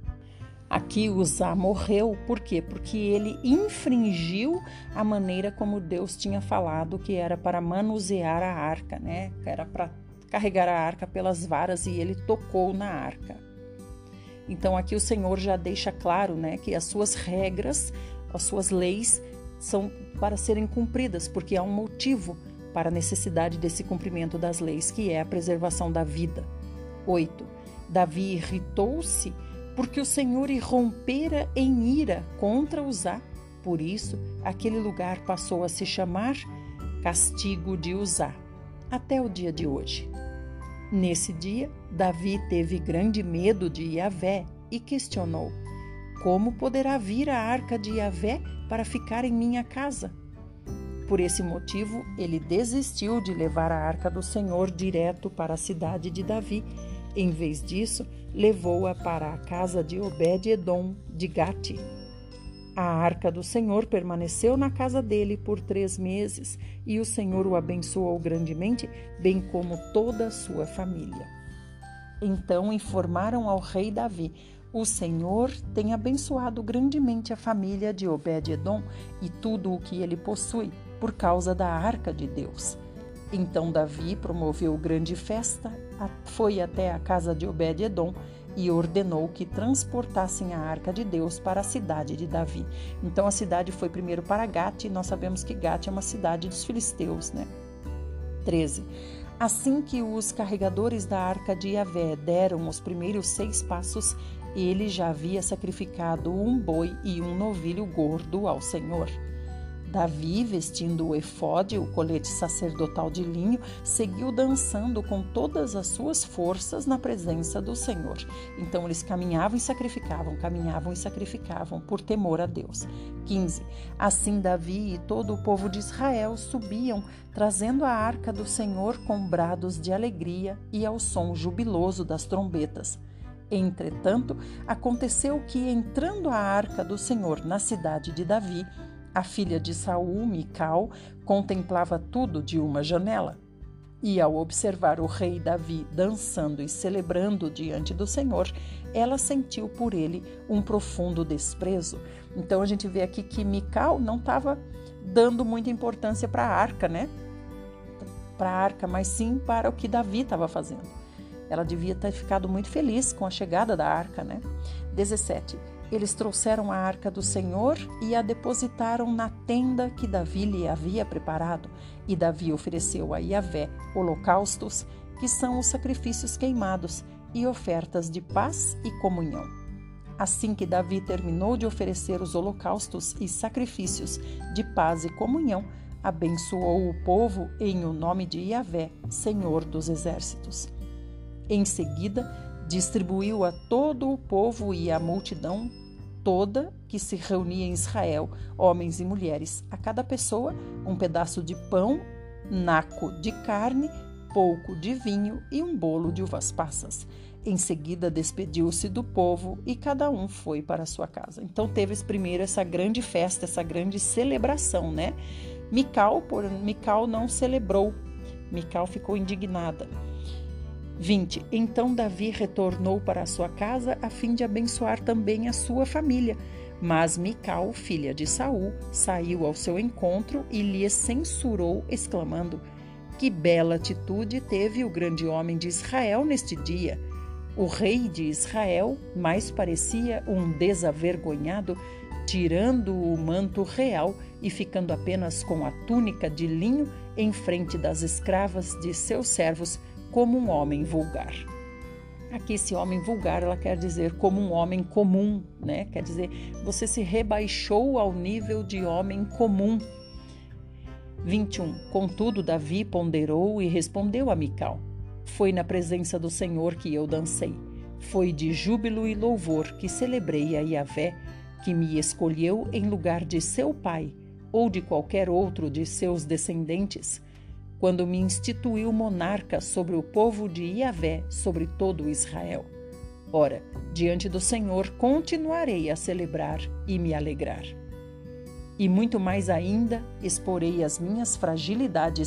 Aqui Uzá morreu, por quê? Porque ele infringiu a maneira como Deus tinha falado que era para manusear a arca, né? Era para carregar a arca pelas varas, e ele tocou na arca. Então aqui o Senhor já deixa claro, né, que as suas regras, as suas leis são para serem cumpridas, porque há um motivo para a necessidade desse cumprimento das leis, que é a preservação da vida. 8. Davi irritou-se porque o Senhor irrompera em ira contra Uzá. Por isso, aquele lugar passou a se chamar Castigo de Uzá, até o dia de hoje. Nesse dia, Davi teve grande medo de Yahvé e questionou: como poderá vir a arca de Yahvé para ficar em minha casa? Por esse motivo, ele desistiu de levar a arca do Senhor direto para a cidade de Davi. Em vez disso, levou-a para a casa de Obed-edom de Gate. A arca do Senhor permaneceu na casa dele por 3 meses, e o Senhor o abençoou grandemente, bem como toda a sua família. Então informaram ao rei Davi: o Senhor tem abençoado grandemente a família de Obed-edom e tudo o que ele possui, por causa da arca de Deus. Então Davi promoveu grande festa, foi até a casa de Obed-edom e ordenou que transportassem a arca de Deus para a cidade de Davi. Então a cidade foi primeiro para Gate, e nós sabemos que Gate é uma cidade dos filisteus, né? 13. Assim que os carregadores da arca de Yahvé deram os primeiros 6 passos, ele já havia sacrificado um boi e um novilho gordo ao Senhor. Davi, vestindo o efode, o colete sacerdotal de linho, seguiu dançando com todas as suas forças na presença do Senhor. Então eles caminhavam e sacrificavam por temor a Deus. 15. Assim Davi e todo o povo de Israel subiam, trazendo a arca do Senhor com brados de alegria e ao som jubiloso das trombetas. Entretanto, aconteceu que, entrando a arca do Senhor na cidade de Davi, a filha de Saul, Mical, contemplava tudo de uma janela. E ao observar o rei Davi dançando e celebrando diante do Senhor, ela sentiu por ele um profundo desprezo. Então a gente vê aqui que Mical não estava dando muita importância para a arca, né? Para a arca, mas sim para o que Davi estava fazendo. Ela devia ter ficado muito feliz com a chegada da arca, né? 17. Eles trouxeram a arca do Senhor e a depositaram na tenda que Davi lhe havia preparado. E Davi ofereceu a Yahvé holocaustos, que são os sacrifícios queimados, e ofertas de paz e comunhão. Assim que Davi terminou de oferecer os holocaustos e sacrifícios de paz e comunhão, abençoou o povo em o nome de Yahvé, Senhor dos exércitos. Em seguida, distribuiu a todo o povo e a multidão toda que se reunia em Israel, homens e mulheres, a cada pessoa um pedaço de pão, naco de carne, pouco de vinho e um bolo de uvas passas. Em seguida, despediu-se do povo e cada um foi para a sua casa. Então, teve primeiro essa grande festa, essa grande celebração, né? Mical não celebrou. Mical ficou indignada. 20. Então Davi retornou para a sua casa a fim de abençoar também a sua família. Mas Mical, filha de Saul, saiu ao seu encontro e lhe censurou, exclamando: que bela atitude teve o grande homem de Israel neste dia! O rei de Israel mais parecia um desavergonhado, tirando o manto real e ficando apenas com a túnica de linho em frente das escravas de seus servos, como um homem vulgar. Aqui esse homem vulgar, ela quer dizer como um homem comum, né? Quer dizer, você se rebaixou ao nível de homem comum. 21. Contudo, Davi ponderou e respondeu a Mical: foi na presença do Senhor que eu dancei. Foi de júbilo e louvor que celebrei a Yahvé, que me escolheu em lugar de seu pai ou de qualquer outro de seus descendentes, quando me instituiu monarca sobre o povo de Yahvé, sobre todo Israel. Ora, diante do Senhor continuarei a celebrar e me alegrar. E muito mais ainda exporei as minhas fragilidades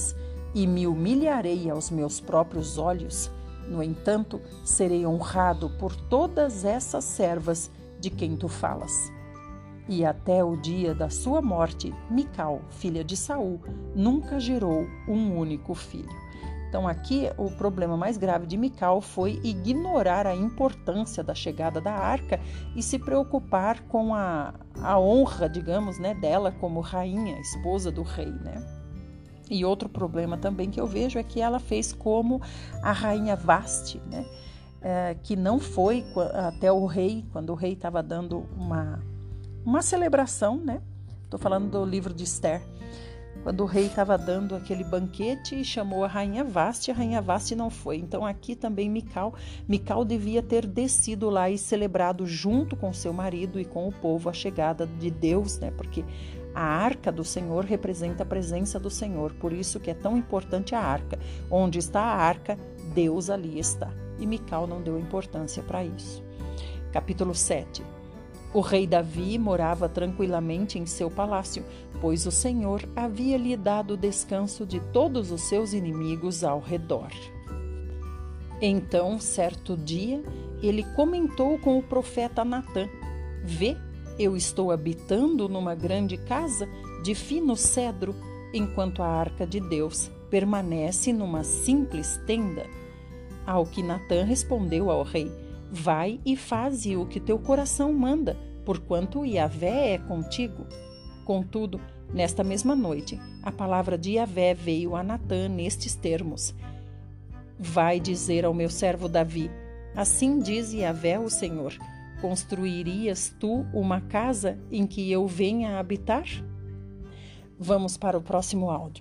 e me humilharei aos meus próprios olhos. No entanto, serei honrado por todas essas servas de quem tu falas. E até o dia da sua morte, Mical, filha de Saul, nunca gerou um único filho. Então aqui o problema mais grave de Mical foi ignorar a importância da chegada da arca e se preocupar com a honra, digamos, né, dela como rainha, esposa do rei, né? E outro problema também que eu vejo é que ela fez como a rainha Vasti, né? Que não foi até o rei, quando o rei estava dando uma celebração, né? Estou falando do livro de Esther. Quando o rei estava dando aquele banquete e chamou a rainha Vasti não foi. Então aqui também Mical devia ter descido lá e celebrado junto com seu marido e com o povo a chegada de Deus, né? Porque a arca do Senhor representa a presença do Senhor, por isso que é tão importante a arca. Onde está a arca, Deus ali está. E Mical não deu importância para isso. Capítulo 7. O rei Davi morava tranquilamente em seu palácio, pois o Senhor havia lhe dado o descanso de todos os seus inimigos ao redor. Então, certo dia, ele comentou com o profeta Natã: Vê, eu estou habitando numa grande casa de fino cedro, enquanto a arca de Deus permanece numa simples tenda. Ao que Natã respondeu ao rei: Vai e faze o que teu coração manda, porquanto Yahvé é contigo. Contudo, nesta mesma noite, a palavra de Yahvé veio a Natã nestes termos: Vai dizer ao meu servo Davi: Assim diz Yahvé o Senhor: Construirias tu uma casa em que eu venha habitar? Vamos para o próximo áudio.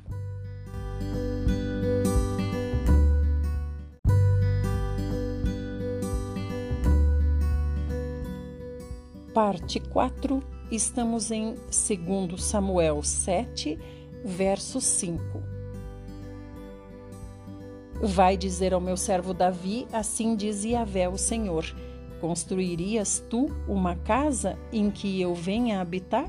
Parte 4, estamos em 2 Samuel 7, verso 5. Vai dizer ao meu servo Davi, assim diz Yahvé o Senhor: Construirias tu uma casa em que eu venha habitar?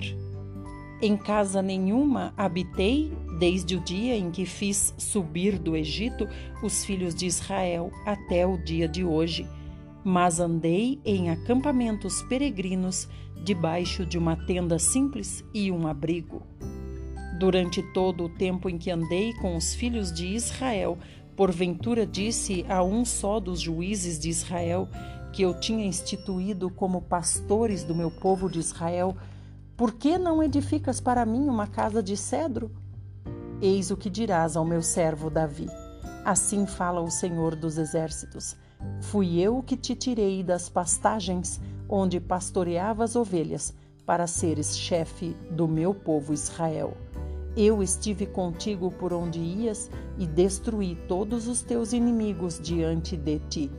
Em casa nenhuma habitei, desde o dia em que fiz subir do Egito os filhos de Israel até o dia de hoje. Mas andei em acampamentos peregrinos, debaixo de uma tenda simples e um abrigo. Durante todo o tempo em que andei com os filhos de Israel, porventura disse a um só dos juízes de Israel, que eu tinha instituído como pastores do meu povo de Israel: Por que não edificas para mim uma casa de cedro? Eis o que dirás ao meu servo Davi: Assim fala o Senhor dos Exércitos: Fui eu que te tirei das pastagens onde pastoreavas ovelhas, para seres chefe do meu povo Israel. Eu estive contigo por onde ias e destruí todos os teus inimigos diante de ti.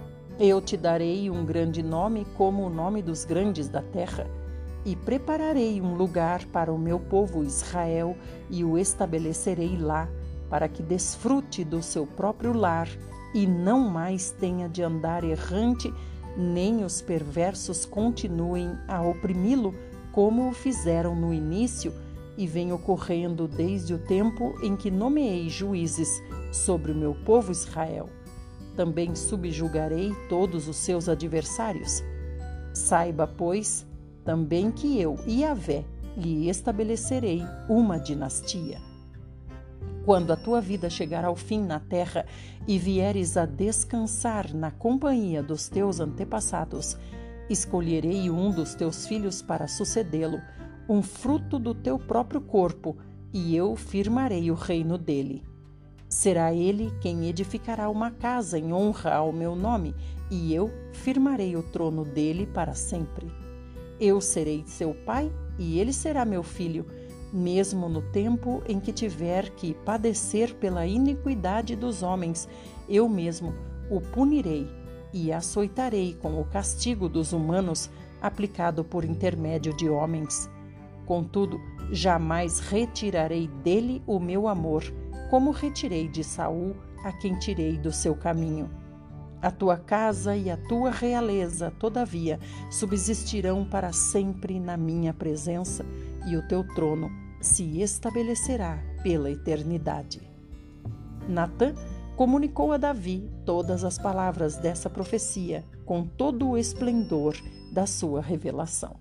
Eu te darei um grande nome como o nome dos grandes da terra, e prepararei um lugar para o meu povo Israel e o estabelecerei lá, para que desfrute do seu próprio lar e não mais tenha de andar errante, nem os perversos continuem a oprimi-lo como o fizeram no início e vem ocorrendo desde o tempo em que nomeei juízes sobre o meu povo Israel. Também subjugarei todos os seus adversários. Saiba, pois, também que eu, Yahvé, lhe estabelecerei uma dinastia. Quando a tua vida chegar ao fim na terra e vieres a descansar na companhia dos teus antepassados, escolherei um dos teus filhos para sucedê-lo, um fruto do teu próprio corpo, e eu firmarei o reino dele. Será ele quem edificará uma casa em honra ao meu nome, e eu firmarei o trono dele para sempre. Eu serei seu pai, e ele será meu filho, mesmo no tempo em que tiver que padecer pela iniquidade dos homens, eu mesmo o punirei e açoitarei com o castigo dos humanos aplicado por intermédio de homens. Contudo, jamais retirarei dele o meu amor, como retirei de Saul, a quem tirei do seu caminho. A tua casa e a tua realeza, todavia, subsistirão para sempre na minha presença, e o teu trono se estabelecerá pela eternidade. Natã comunicou a Davi todas as palavras dessa profecia, com todo o esplendor da sua revelação.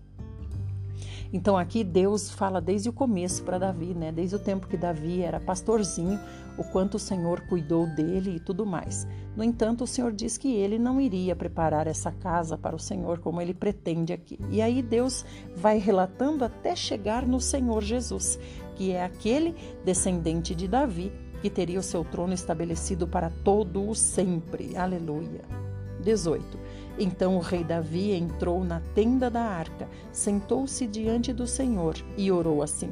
Então aqui Deus fala desde o começo para Davi, né? Desde o tempo que Davi era pastorzinho, o quanto o Senhor cuidou dele e tudo mais. No entanto, o Senhor diz que ele não iria preparar essa casa para o Senhor como ele pretende aqui. E aí Deus vai relatando até chegar no Senhor Jesus, que é aquele descendente de Davi que teria o seu trono estabelecido para todo o sempre. Aleluia. 18. Então o rei Davi entrou na tenda da arca, sentou-se diante do Senhor e orou assim: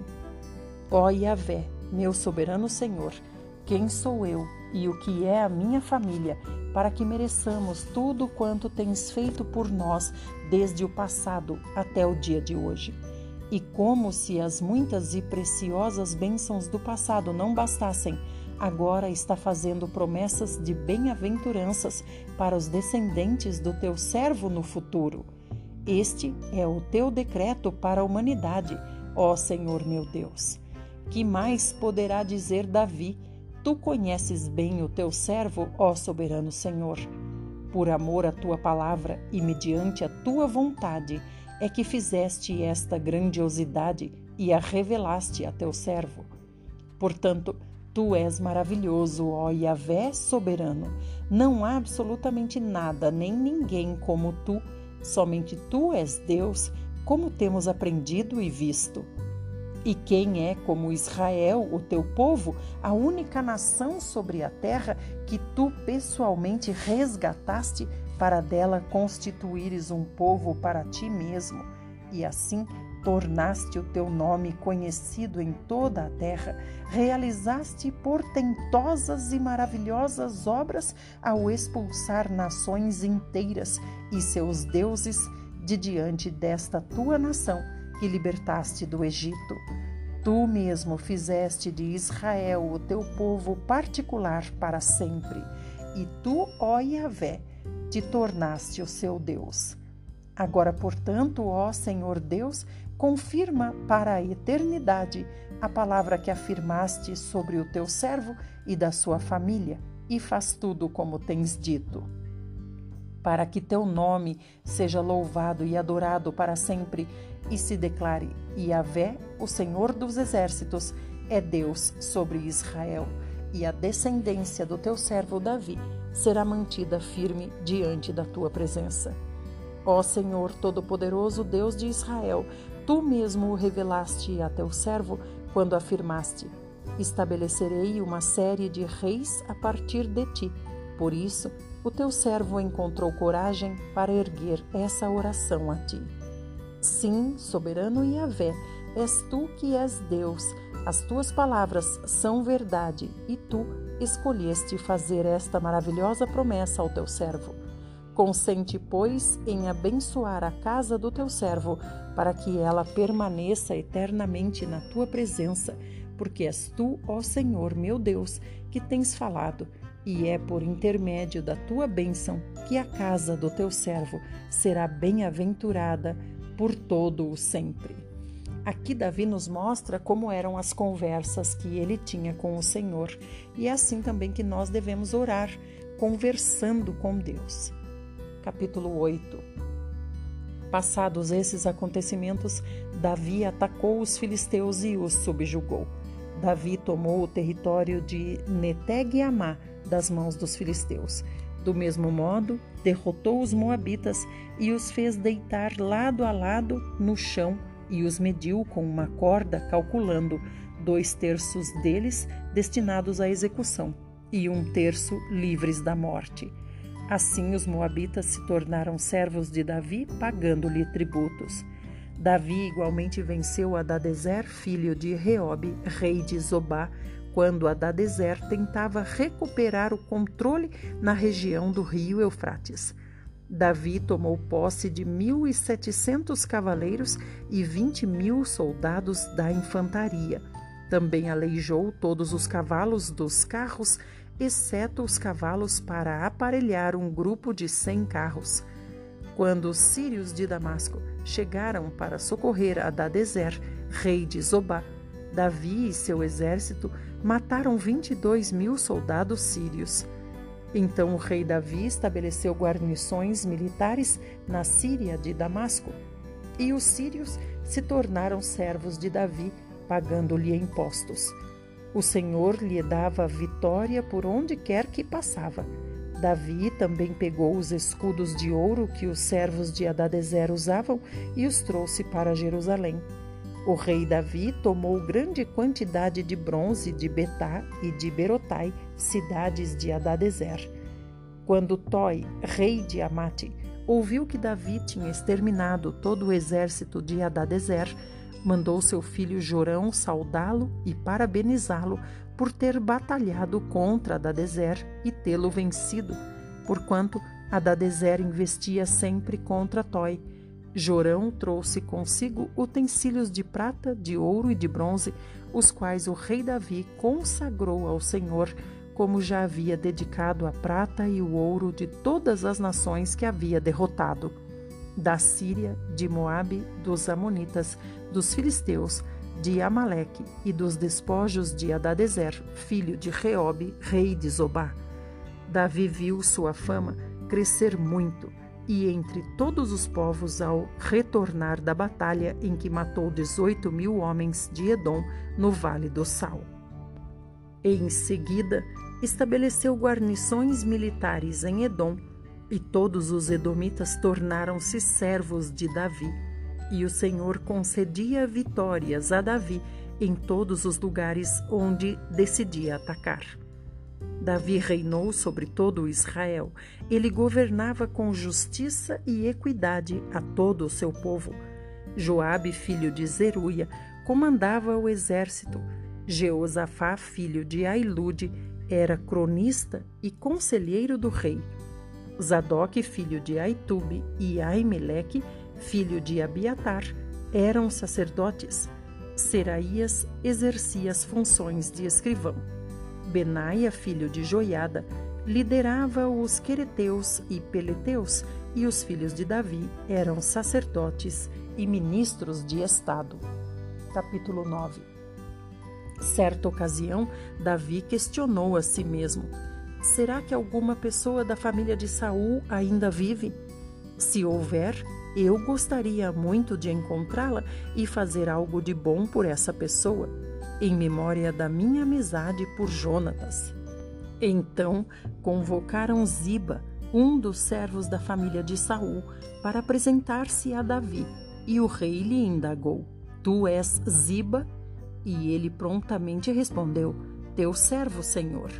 Ó Yahvé, meu soberano Senhor, quem sou eu e o que é a minha família, para que mereçamos tudo quanto tens feito por nós desde o passado até o dia de hoje? E como se as muitas e preciosas bênçãos do passado não bastassem, agora está fazendo promessas de bem-aventuranças para os descendentes do teu servo no futuro. Este é o teu decreto para a humanidade, ó Senhor meu Deus. Que mais poderá dizer Davi? Tu conheces bem o teu servo, ó soberano Senhor. Por amor à tua palavra e mediante a tua vontade, é que fizeste esta grandiosidade e a revelaste a teu servo. Portanto, tu és maravilhoso, ó Yahvé soberano. Não há absolutamente nada, nem ninguém como tu. Somente tu és Deus, como temos aprendido e visto. E quem é como Israel, o teu povo, a única nação sobre a terra que tu pessoalmente resgataste para dela constituíres um povo para ti mesmo, e assim tornaste o teu nome conhecido em toda a terra, realizaste portentosas e maravilhosas obras ao expulsar nações inteiras e seus deuses de diante desta tua nação que libertaste do Egito. Tu mesmo fizeste de Israel o teu povo particular para sempre, e tu, ó Yahvé, te tornaste o seu Deus. Agora, portanto, ó Senhor Deus, confirma para a eternidade a palavra que afirmaste sobre o teu servo e da sua família, e faz tudo como tens dito. Para que teu nome seja louvado e adorado para sempre, e se declare: Yahvé, o Senhor dos exércitos, é Deus sobre Israel, e a descendência do teu servo Davi será mantida firme diante da tua presença. Ó Senhor Todo-Poderoso, Deus de Israel, tu mesmo o revelaste a teu servo quando afirmaste: estabelecerei uma série de reis a partir de ti. Por isso, o teu servo encontrou coragem para erguer essa oração a ti. Sim, soberano Yahvé, és tu que és Deus. As tuas palavras são verdade e tu escolheste fazer esta maravilhosa promessa ao teu servo. Consente, pois, em abençoar a casa do teu servo, para que ela permaneça eternamente na tua presença, porque és tu, ó Senhor, meu Deus, que tens falado, e é por intermédio da tua bênção que a casa do teu servo será bem-aventurada por todo o sempre. Aqui Davi nos mostra como eram as conversas que ele tinha com o Senhor, e é assim também que nós devemos orar, conversando com Deus. Capítulo 8. Passados esses acontecimentos, Davi atacou os filisteus e os subjugou. Davi tomou o território de Neteg e Amá das mãos dos filisteus. Do mesmo modo, derrotou os moabitas e os fez deitar lado a lado no chão e os mediu com uma corda, calculando 2/3 deles destinados à execução e 1/3 livres da morte. Assim os moabitas se tornaram servos de Davi, pagando-lhe tributos. Davi igualmente venceu Hadadezer, filho de Reobe, rei de Zobá, quando Hadadezer tentava recuperar o controle na região do rio Eufrates. Davi tomou posse de 1.700 cavaleiros e 20.000 soldados da infantaria. Também aleijou todos os cavalos dos carros, exceto os cavalos para aparelhar um grupo de 100 carros. Quando os sírios de Damasco chegaram para socorrer Hadadezer, rei de Zobá, Davi e seu exército mataram 22.000 soldados sírios. Então o rei Davi estabeleceu guarnições militares na Síria de Damasco, e os sírios se tornaram servos de Davi, pagando-lhe impostos. O Senhor lhe dava vitória por onde quer que passava. Davi também pegou os escudos de ouro que os servos de Hadadezer usavam e os trouxe para Jerusalém. O rei Davi tomou grande quantidade de bronze de Betá e de Berotai, cidades de Hadadezer. Quando Toi, rei de Amate, ouviu que Davi tinha exterminado todo o exército de Hadadezer, mandou seu filho Jorão saudá-lo e parabenizá-lo por ter batalhado contra Hadadezer e tê-lo vencido, porquanto Hadadezer investia sempre contra Toi. Jorão trouxe consigo utensílios de prata, de ouro e de bronze, os quais o rei Davi consagrou ao Senhor, como já havia dedicado a prata e o ouro de todas as nações que havia derrotado, da Síria, de Moabe, dos Amonitas, dos filisteus, de Amaleque e dos despojos de Hadadezer, filho de Reobe, rei de Zobá. Davi viu sua fama crescer muito, e entre todos os povos, ao retornar da batalha em que matou 18.000 homens de Edom no Vale do Sal. Em seguida, estabeleceu guarnições militares em Edom, e todos os edomitas tornaram-se servos de Davi, e o Senhor concedia vitórias a Davi em todos os lugares onde decidia atacar. Davi reinou sobre todo Israel. Ele governava com justiça e equidade a todo o seu povo. Joabe, filho de Zeruia, comandava o exército. Jeosafá, filho de Ailude, era cronista e conselheiro do rei. Zadoque, filho de Aitube, e Aimeleque, filho de Abiatar, eram sacerdotes. Seraías exercia as funções de escrivão. Benaia, filho de Joiada, liderava os quereteus e peleteus, e os filhos de Davi eram sacerdotes e ministros de estado. Capítulo 9. Certa ocasião, Davi questionou a si mesmo: será que alguma pessoa da família de Saul ainda vive? Se houver, eu gostaria muito de encontrá-la e fazer algo de bom por essa pessoa, em memória da minha amizade por Jonatas. Então convocaram Ziba, um dos servos da família de Saul, para apresentar-se a Davi, e o rei lhe indagou: tu és Ziba? E ele prontamente respondeu: teu servo, senhor.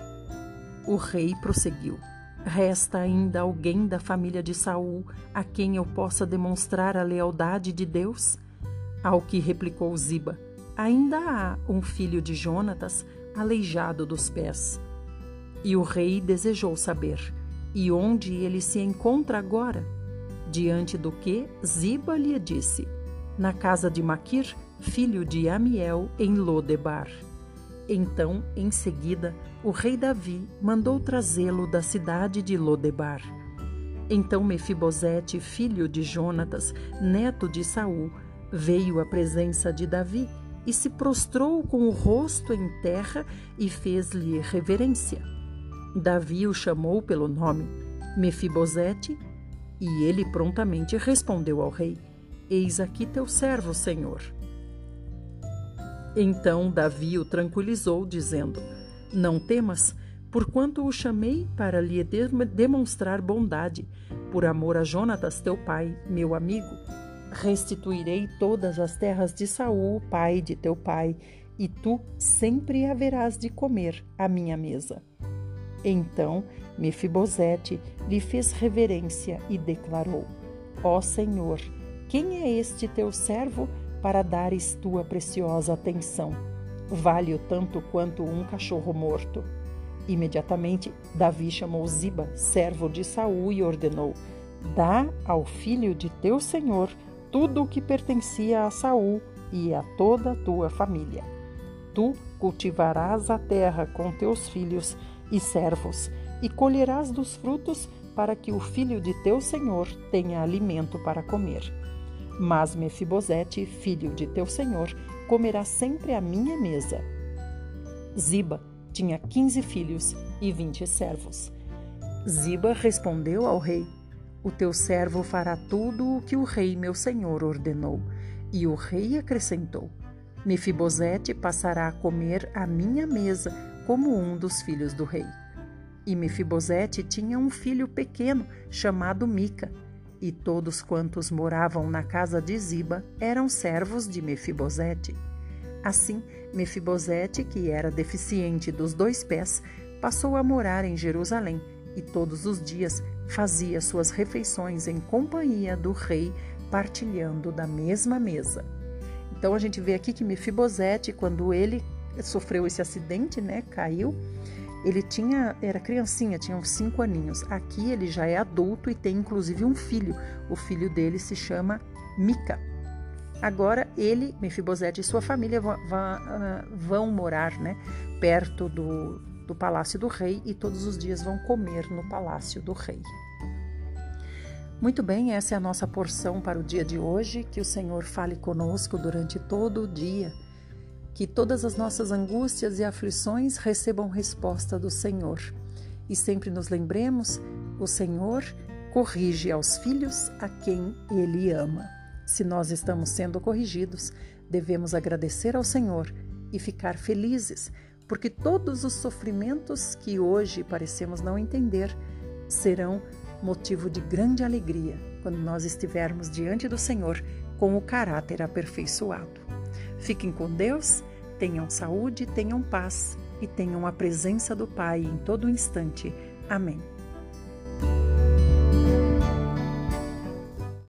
O rei prosseguiu: resta ainda alguém da família de Saul a quem eu possa demonstrar a lealdade de Deus? Ao que replicou Ziba: ainda há um filho de Jonatas, aleijado dos pés. E o rei desejou saber: e onde ele se encontra agora? Diante do que Ziba lhe disse: na casa de Maquir, filho de Amiel, em Lodebar. Então, em seguida, o rei Davi mandou trazê-lo da cidade de Lodebar. Então Mefibosete, filho de Jonatas, neto de Saul, veio à presença de Davi e se prostrou com o rosto em terra e fez-lhe reverência. Davi o chamou pelo nome: Mefibosete, e ele prontamente respondeu ao rei: eis aqui teu servo, senhor. Então Davi o tranquilizou, dizendo: não temas, porquanto o chamei para lhe demonstrar bondade, por amor a Jonatas teu pai, meu amigo. Restituirei todas as terras de Saul, pai de teu pai, e tu sempre haverás de comer à minha mesa. Então Mefibosete lhe fez reverência e declarou: ó Senhor, quem é este teu servo para dares tua preciosa atenção? Vale-o tanto quanto um cachorro morto. Imediatamente Davi chamou Ziba, servo de Saul, e ordenou: dá ao filho de teu senhor tudo o que pertencia a Saul e a toda a tua família. Tu cultivarás a terra com teus filhos e servos, e colherás dos frutos, para que o filho de teu senhor tenha alimento para comer. Mas Mefibosete, filho de teu senhor, comerá sempre à minha mesa. Ziba tinha 15 filhos e 20 servos. Ziba respondeu ao rei: o teu servo fará tudo o que o rei meu senhor ordenou. E o rei acrescentou: Mefibosete passará a comer à minha mesa como um dos filhos do rei. E Mefibosete tinha um filho pequeno chamado Mica, e todos quantos moravam na casa de Ziba eram servos de Mefibosete. Assim, Mefibosete, que era deficiente dos 2 pés, passou a morar em Jerusalém e todos os dias fazia suas refeições em companhia do rei, partilhando da mesma mesa. Então a gente vê aqui que Mefibosete, quando ele sofreu esse acidente, caiu, ele era criancinha, tinha uns 5 aninhos. Aqui ele já é adulto e tem inclusive um filho. O filho dele se chama Mica. Agora ele, Mefibosete e sua família vão morar, perto do palácio do rei e todos os dias vão comer no palácio do rei. Muito bem, essa é a nossa porção para o dia de hoje. Que o Senhor fale conosco durante todo o dia. Que todas as nossas angústias e aflições recebam resposta do Senhor. E sempre nos lembremos, o Senhor corrige aos filhos a quem Ele ama. Se nós estamos sendo corrigidos, devemos agradecer ao Senhor e ficar felizes, porque todos os sofrimentos que hoje parecemos não entender serão motivo de grande alegria quando nós estivermos diante do Senhor com o caráter aperfeiçoado. Fiquem com Deus, tenham saúde, tenham paz e tenham a presença do Pai em todo instante. Amém.